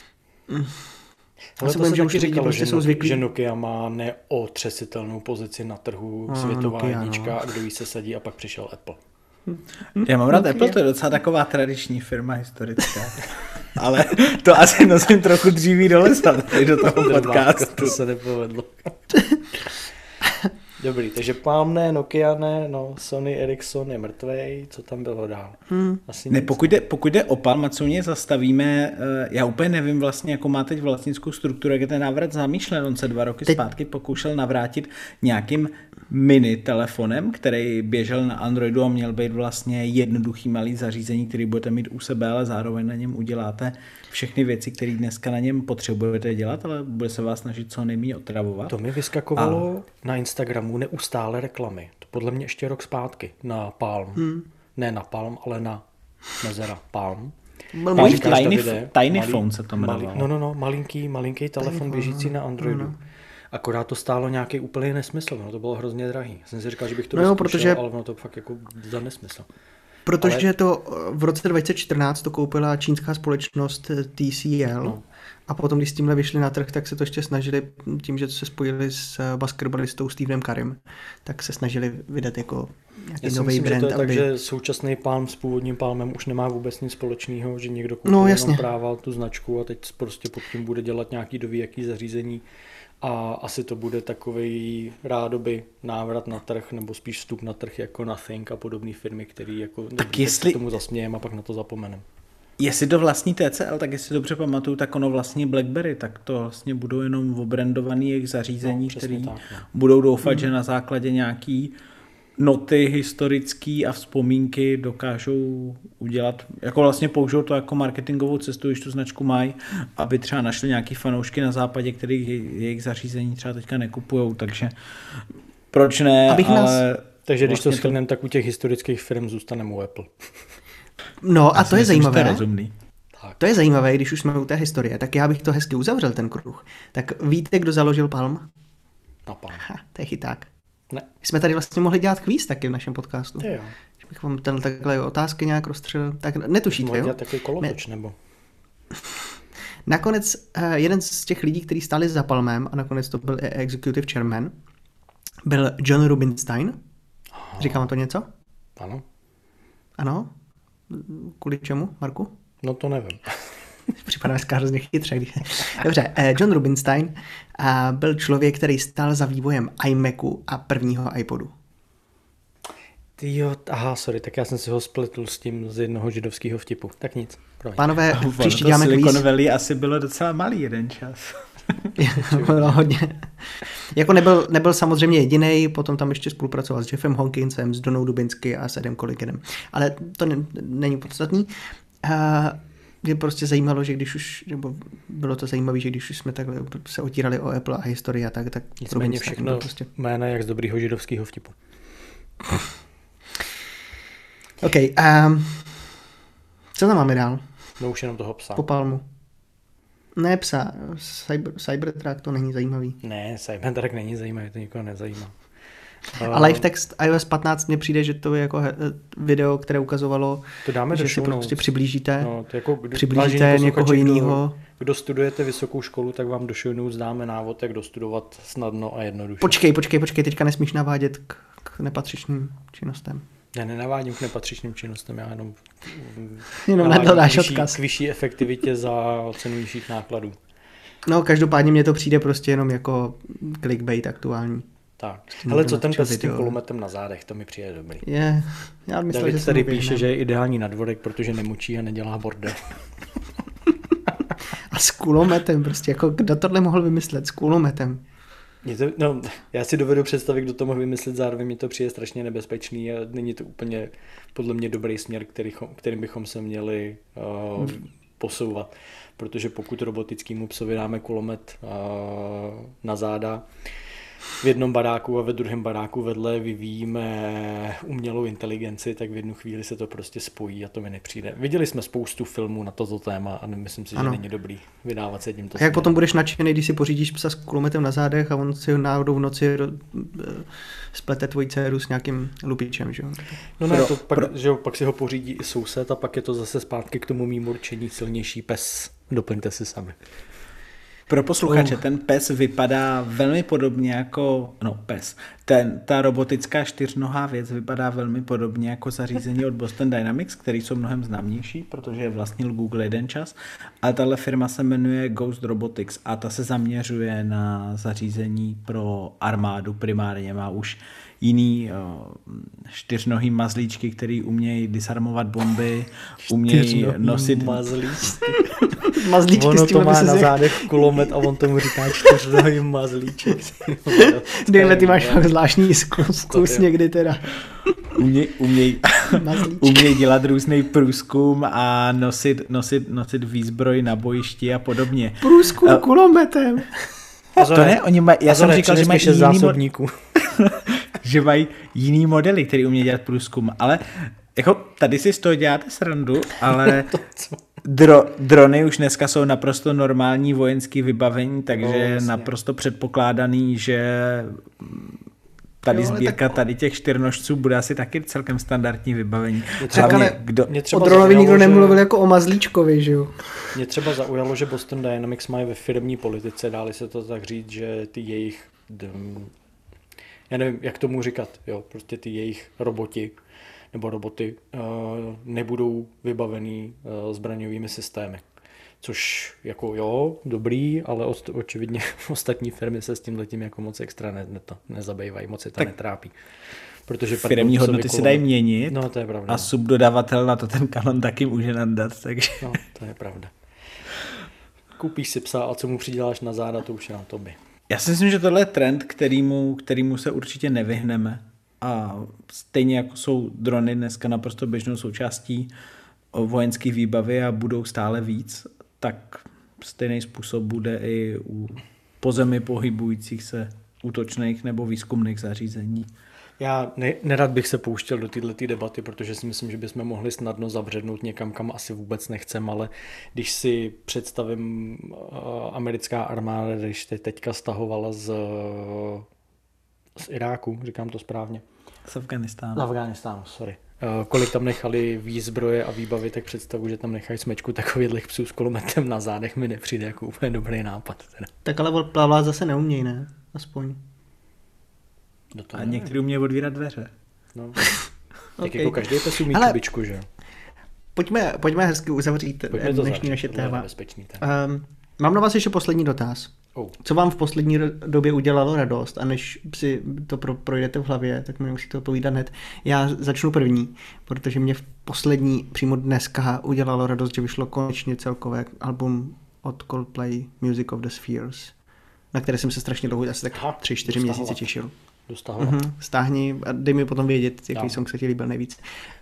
Ale to se taky říkalo, že Nokia má neotřesitelnou pozici na trhu, světová jednička, a kdo jí se sadí, a pak přišel Apple. Já mám rád Apple, to je docela taková tradiční firma historická. Ale to asi nosím trochu dříví do lesa tady do toho podcastu. To se nepovedlo. Dobrý, takže Palm ne, Nokia ne, no Sony Ericsson je mrtvej, co tam bylo dál? Asi ne, pokud jde o Palm, a co mě zastavíme, já úplně nevím vlastně, jakou má teď vlastnickou strukturu, jak je ten návrat zamýšlen. On se 2 roky zpátky pokoušel navrátit nějakým mini telefonem, který běžel na Androidu a měl být vlastně jednoduchý malý zařízení, který budete mít u sebe, ale zároveň na něm uděláte všechny věci, které dneska na něm potřebujete dělat, ale bude se vás snažit co nejméně otravovat. To mi vyskakovalo na Instagramu neustále reklamy. To podle mě ještě rok zpátky na Palm. Ne na Palm, ale na mezera Palm. Tiny phone se to jmenovalo. No, malinký telefon běžící na Androidu. Akorát to stálo nějaký úplný nesmysl, no to bylo hrozně drahý. Jsem si říkal, že bych to vyzkoušel, ale ono to fakt jako za nesmysl. Protože to v roce 2014 to koupila čínská společnost TCL a potom, když s tímhle vyšli na trh, tak se to ještě snažili, tím, že se spojili s basketbalistou Stevenem Currym, tak se snažili vydat jako nějaký nový brand. Že to je tak, že současný Palm s původním Palmem už nemá vůbec nic společného, že někdo koupil jenom práva tu značku a teď prostě pod tím bude dělat nějaký dovíjaký zařízení. A asi to bude takovej rádoby návrat na trh, nebo spíš vstup na trh jako Nothing a podobné firmy, který jako tak jestli tomu zasmějeme a pak na to zapomenem. Jestli to vlastní TCL, tak jestli dobře pamatuju, tak ono vlastně BlackBerry, tak to vlastně budou jenom obrandovaný jejich zařízení, které budou doufat, že na základě nějaký noty historický a vzpomínky dokážou udělat, jako vlastně použijou to jako marketingovou cestu, když tu značku mají, aby třeba našli nějaký fanoušky na západě, který jejich zařízení třeba teďka nekupujou, takže proč ne, ale... Takže když vlastně to shrneme, tak u těch historických firm zůstaneme u Apple. No a to je zajímavé. Rozumný. To je zajímavé, když už jsme u té historie, tak já bych to hezky uzavřel, ten kruh. Tak víte, kdo založil Palm? Palm. To je chyták. Ne. Jsme tady vlastně mohli dělat kvíz taky v našem podcastu. Jo. Když bych vám takhle otázky nějak rozstřelil, tak netušíte, jo? Dělat takový kolotoč, nebo? Nakonec jeden z těch lidí, kteří stáli za Palmem, a nakonec to byl executive chairman, byl John Rubinstein. Říká vám to něco? Ano. Ano? Kvůli čemu, Marku? No to nevím. Připadá dneska hrozně chytře. Dobře, John Rubinstein byl člověk, který stál za vývojem iMacu a prvního iPodu. Sorry, tak já jsem si ho spletl s tím z jednoho židovského vtipu. Tak nic, Pánové, příště děláme kvíz. Silicon Valley asi bylo docela malý jeden čas. Bylo hodně. Jako nebyl samozřejmě jedinej, potom tam ještě spolupracoval s Jeffem Hawkinsem, s Donou Dubinsky a s Adam Colliganem. Ale to není podstatný. Mě prostě zajímalo, že když už, nebo bylo to zajímavé, že když už jsme takhle se otírali o Apple a historii a tak nicméně všechno prostě jména jak z dobrýho židovského vtipu. OK, co tam máme dál? No už jenom toho psa. Po Palmu. Ne psa, Cybertruck to není zajímavý. Ne, Cybertruck není zajímavý, to nikoho nezajímá. A live text iOS 15 mně přijde, že to je jako video, které ukazovalo, to dáme že si prostě přiblížíte, přiblížíte někoho jiného. Kdo studujete vysokou školu, tak vám do show notes dáme návod, jak dostudovat snadno a jednoduše. Počkej, teďka nesmíš navádět k nepatřičným činnostem. Já nenavádím k nepatřičným činnostem, já jenom nedodáš odkaz. K vyšší efektivitě za cenu nižších nákladů. No, každopádně mně to přijde prostě jenom jako clickbait aktuální. Tak. Hele, co ten pes s tím kulometem na zádech, to mi přijde dobrý. Já myslel, David že tady píše, že je ideální na dvorek, protože nemučí a nedělá bordel. A s kulometem prostě, jako kdo tohle mohl vymyslet s kulometem? Já si dovedu představit, kdo to mohl vymyslet, zároveň mi to přijde strašně nebezpečný a není to úplně podle mě dobrý směr, kterým bychom se měli posouvat. Protože pokud robotickému psovi dáme kulomet na záda, v jednom baráku a ve druhém baráku vedle vyvíjíme umělou inteligenci, tak v jednu chvíli se to prostě spojí a to mi nepřijde. Viděli jsme spoustu filmů na toto téma a myslím si, že není dobrý vydávat se tímto. A jak potom budeš nadšený, když si pořídíš psa s kulometem na zádech a on si ho náhodou v noci splete tvoji dceru s nějakým lupičem, že jo? No ne, pak si ho pořídí i soused a pak je to zase zpátky k tomu mým určení silnější pes. Doplňte si sami. Pro posluchače, ten pes vypadá velmi podobně jako, ta robotická čtyřnohá věc vypadá velmi podobně jako zařízení od Boston Dynamics, který jsou mnohem známější, protože je vlastnil Google jeden čas, ale tahle firma se jmenuje Ghost Robotics a ta se zaměřuje na zařízení pro armádu primárně, má už jiný čtyřnohý mazlíčky, který umějí disarmovat bomby, umějí nosit mazlíčky. Ono to má na zádech kulomet a on tomu říká čtyřnohý mazlíček. Dejme, ty máš zvláštní zkus někdy teda. Umějí dělat různý průzkum a nosit výzbroj na bojišti a podobně. Průzkum kulometem. To ne, já jsem říkal, že mají zásobníků. že mají jiný modely, který umějí dělat průzkum, ale jako tady si z toho děláte srandu, ale drony už dneska jsou naprosto normální vojenský vybavení, takže je naprosto předpokládaný, že tady sbírka tady těch čtyřnožců bude asi taky celkem standardní vybavení. O dronovi nikdo nemluvil jako o mazlíčkovi, že jo? Mě třeba zaujalo, že Boston Dynamics mají ve firmní politice, dáli se to tak říct, že ty jejich já nevím, jak tomu říkat, jo, prostě ty jejich roboty nebudou vybavený zbraňovými systémy. Což jako dobrý, ale očividně ostatní firmy se s tímhletím jako moc extra nezabývají, moc se to netrápí. Protože firemní hodnoty se dají měnit, no, to je pravda. A subdodavatel na to ten kanon taky může nadat. Takže... No, to je pravda. Koupíš si psa a co mu přiděláš na záda, to už je na tobě. Já si myslím, že tohle je trend, kterýmu se určitě nevyhneme. A stejně jako jsou drony dneska naprosto běžnou součástí vojenské výbavy a budou stále víc, tak stejný způsob bude i u pozemi pohybujících se útočných nebo výzkumných zařízení. Já nerad bych se pouštěl do této debaty, protože si myslím, že bychom mohli snadno zabřednout někam, kam asi vůbec nechcem, ale když si představím americká armáda, když teďka stahovala z Iráku, říkám to správně. Z Afghánistánu. Z Afghánistánu, sorry. Kolik tam nechali výzbroje a výbavy, tak představu, že tam nechají smečku takových psů s kulometem na zádech mi nepřijde jako úplně dobrý nápad. Teda. Tak ale plavlát zase neumějí, ne? Aspoň. A některý umějí otvírat dveře. No. Tak jako každý pes umí kubičku, že jo? Pojďme hezky uzavřít dnešní naše téma. Mám na vás ještě poslední dotaz. Co vám v poslední době udělalo radost a než si to projdete v hlavě, tak mi musíte odpovídat hned. Já začnu první, protože mě v poslední přímo dneska udělalo radost, že vyšlo konečně celkové album od Coldplay Music of the Spheres, na které jsem se strašně dlouho, asi tak 3-4 měsíce těšil. Stáhni a dej mi potom vědět, jaký song se ti líbil nejvíc.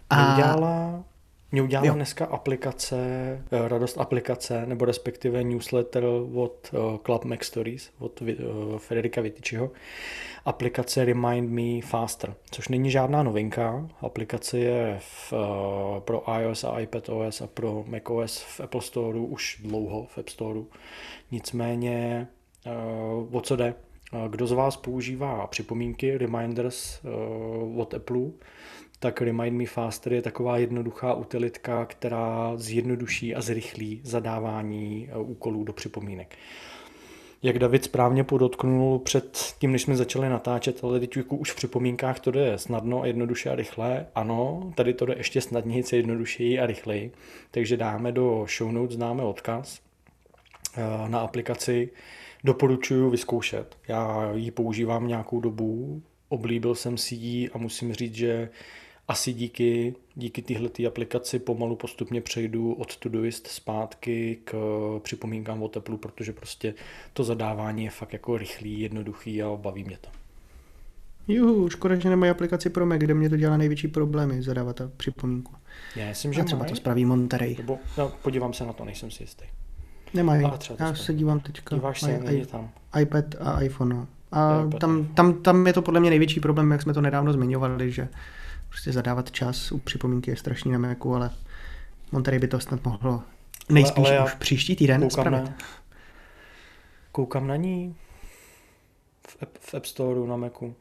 Mě udělala dneska radost aplikace, nebo respektive newsletter od Club Mac Stories, od Federika Vitičiho. Aplikace Remind Me Faster, což není žádná novinka. Aplikace je pro iOS a iPadOS a pro macOS v Apple Store už dlouho v App Store. Nicméně, o co jde? Kdo z vás používá připomínky, reminders od Apple, tak Remind Me Faster je taková jednoduchá utilitka, která zjednoduší a zrychlí zadávání úkolů do připomínek. Jak David správně podotknul před tím, než jsme začali natáčet, ale teď už v připomínkách to jde snadno a jednoduše a rychle. Ano, tady to jde ještě snadněji, jednodušeji a rychleji. Takže dáme do show notes, dáme odkaz na aplikaci, Doporučuji vyzkoušet. Já ji používám nějakou dobu, oblíbil jsem si ji a musím říct, že asi díky téhleté aplikaci pomalu postupně přejdu od Todoist zpátky k připomínkám o teplu, protože prostě to zadávání je fakt jako rychlý, jednoduchý a baví mě to. Juhu, škoda, že nemají aplikaci pro Mac, kde mě to dělá největší problémy zadávat ta připomínku. Já myslím, že a třeba mají. to spraví Monterey. Nebo, no, podívám se na to, nejsem si jistý. Nemají, já se dívám teďka. Díváš se, není tam. iPad a iPhone. No. A tam je to podle mě největší problém, jak jsme to nedávno zmiňovali, že prostě zadávat čas u připomínky je strašný na Macu, ale Monterey by to snad mohlo nejspíš ale už příští týden spravit. Koukám na ní v App Storeu na Macu.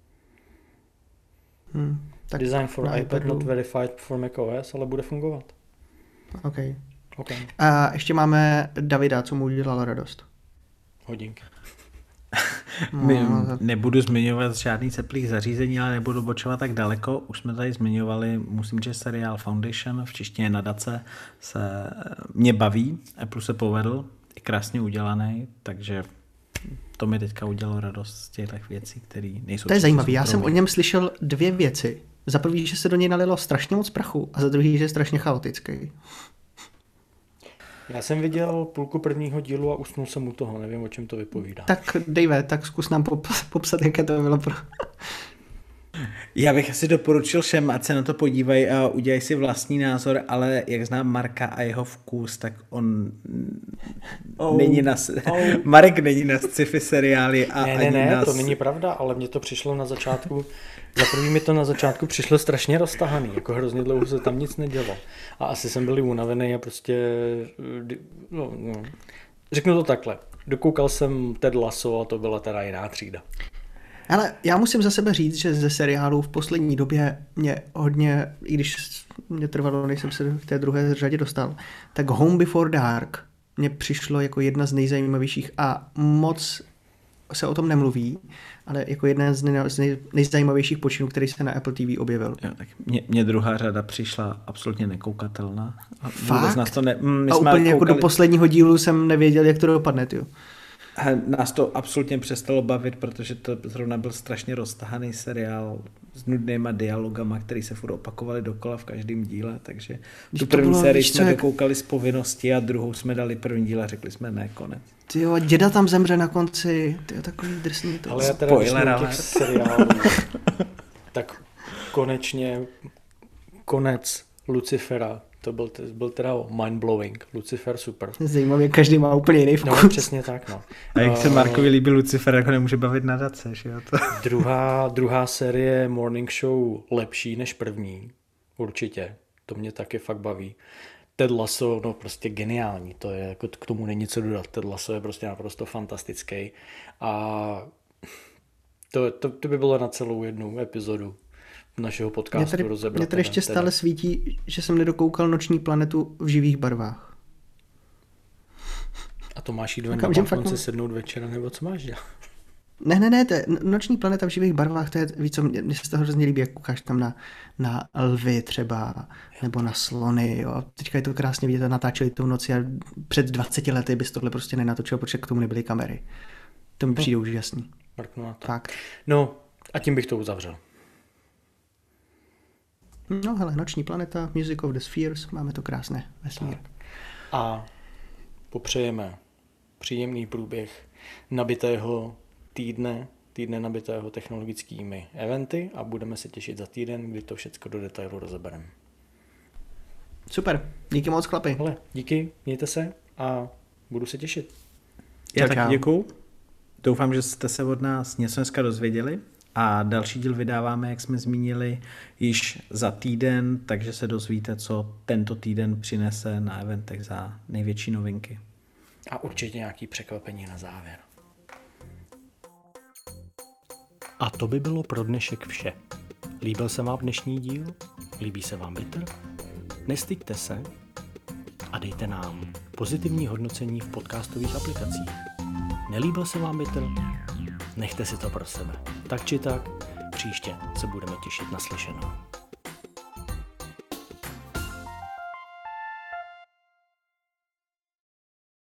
Design for iPad not verified for macOS, ale bude fungovat. OK. A ještě Davida, co mu udělal radost. Hodinky. Nebudu zmiňovat žádný teplých zařízení, ale nebudu bočovat tak daleko. Už jsme tady zmiňovali, musím říct, seriál Foundation, v češtině Nadace, se mě baví. Apple se povedl, je krásně udělaný, takže to mi teďka udělalo radost z těch věcí, které nejsou... To je zajímavé, já jsem o něm slyšel 2 věci. Za prvý, že se do něj nalilo strašně moc prachu a za druhý, že je strašně chaotický. Já jsem viděl půlku prvního dílu a usnul jsem u toho, nevím, o čem to vypovídá. Tak Dave, tak zkus nám popsat, jaké to bylo pro... Já bych asi doporučil všem, ať se na to podívají a udělají si vlastní názor, ale jak znám Marka a jeho vkus, tak on není na... Marek není na sci-fi seriály a Ne, to není pravda, ale mně to přišlo na začátku, za první mi to na začátku přišlo strašně roztahaný, jako hrozně dlouho se tam nic nedělo. A asi jsem byl unavený a prostě, no. Řeknu to takhle, dokoukal jsem Ted Lasso a to byla teda jiná třída. Ale já musím za sebe říct, že ze seriálů v poslední době mě hodně, i když mě trvalo, než jsem se v té druhé řadě dostal, tak Home Before Dark mě přišlo jako jedna z nejzajímavějších a moc se o tom nemluví, ale jako jedna z nejzajímavějších počinů, který se na Apple TV objevil. Jo, tak mě druhá řada přišla absolutně nekoukatelná. Fakt? Nás to a úplně jako do posledního dílu jsem nevěděl, jak to dopadne, jo. Nás to absolutně přestalo bavit, protože to zrovna byl strašně roztahaný seriál s nudnýma dialogama, který se furt opakovali dokola v každém díle, takže tu první sérii jsme dokoukali z povinnosti a druhou jsme dali první díl a řekli jsme ne, konec. Tyjo, děda tam zemře na konci, tyjo, takový drsný to. Ale já teda těch seriálů, tak konečně konec Lucifera. To byl teda mindblowing. Lucifer super. Zajímavě, každý má úplně jiný vkus. No, přesně tak, no. A jak se Markovi líbí Lucifer, jako nemůže bavit Nadace, že jo? Druhá série Morning Show lepší než první. Určitě. To mě taky fakt baví. Ted Lasso, no prostě geniální. To je, jako k tomu není co dodat. Ted Lasso je prostě naprosto fantastický. A to by bylo na celou jednu epizodu našeho podcastu rozebrat. Mě tady ještě stále svítí, že jsem nedokoukal Noční planetu v živých barvách. A to máš jít ven na balkonce sednout večera, nebo co máš dělat? Ne, to je Noční planeta v živých barvách, to je víc, co mně se to hrozně líbí, jak koukáš tam na lvy třeba, nebo na slony, jo. Teďka je to krásně vidět, natáčeli tou noci a před 20 lety bys tohle prostě nenatočil, protože k tomu nebyly kamery. To mi přijde úžasný. Fakt. No, a tím bych to uzavřel. No hele, Noční planeta, Music of the Spheres, máme to krásné vesmír. A popřejeme příjemný průběh nabitého týdne nabitého technologickými eventy a budeme se těšit za týden, kdy to všechno do detailu rozebereme. Super, díky moc chlapi. Hele, díky, mějte se a budu se těšit. Já taky děkuju. Doufám, že jste se od nás něco dneska dozvěděli. A další díl vydáváme, jak jsme zmínili, již za týden, takže se dozvíte, co tento týden přinese na eventech za největší novinky. A určitě nějaký překvapení na závěr. A to by bylo pro dnešek vše. Líbil se vám dnešní díl? Líbí se vám Bitter? Nestyďte se a dejte nám pozitivní hodnocení v podcastových aplikacích. Nelíbil se vám Bitter? Nechte si to pro sebe. Tak či tak, příště se budeme těšit na slyšenou.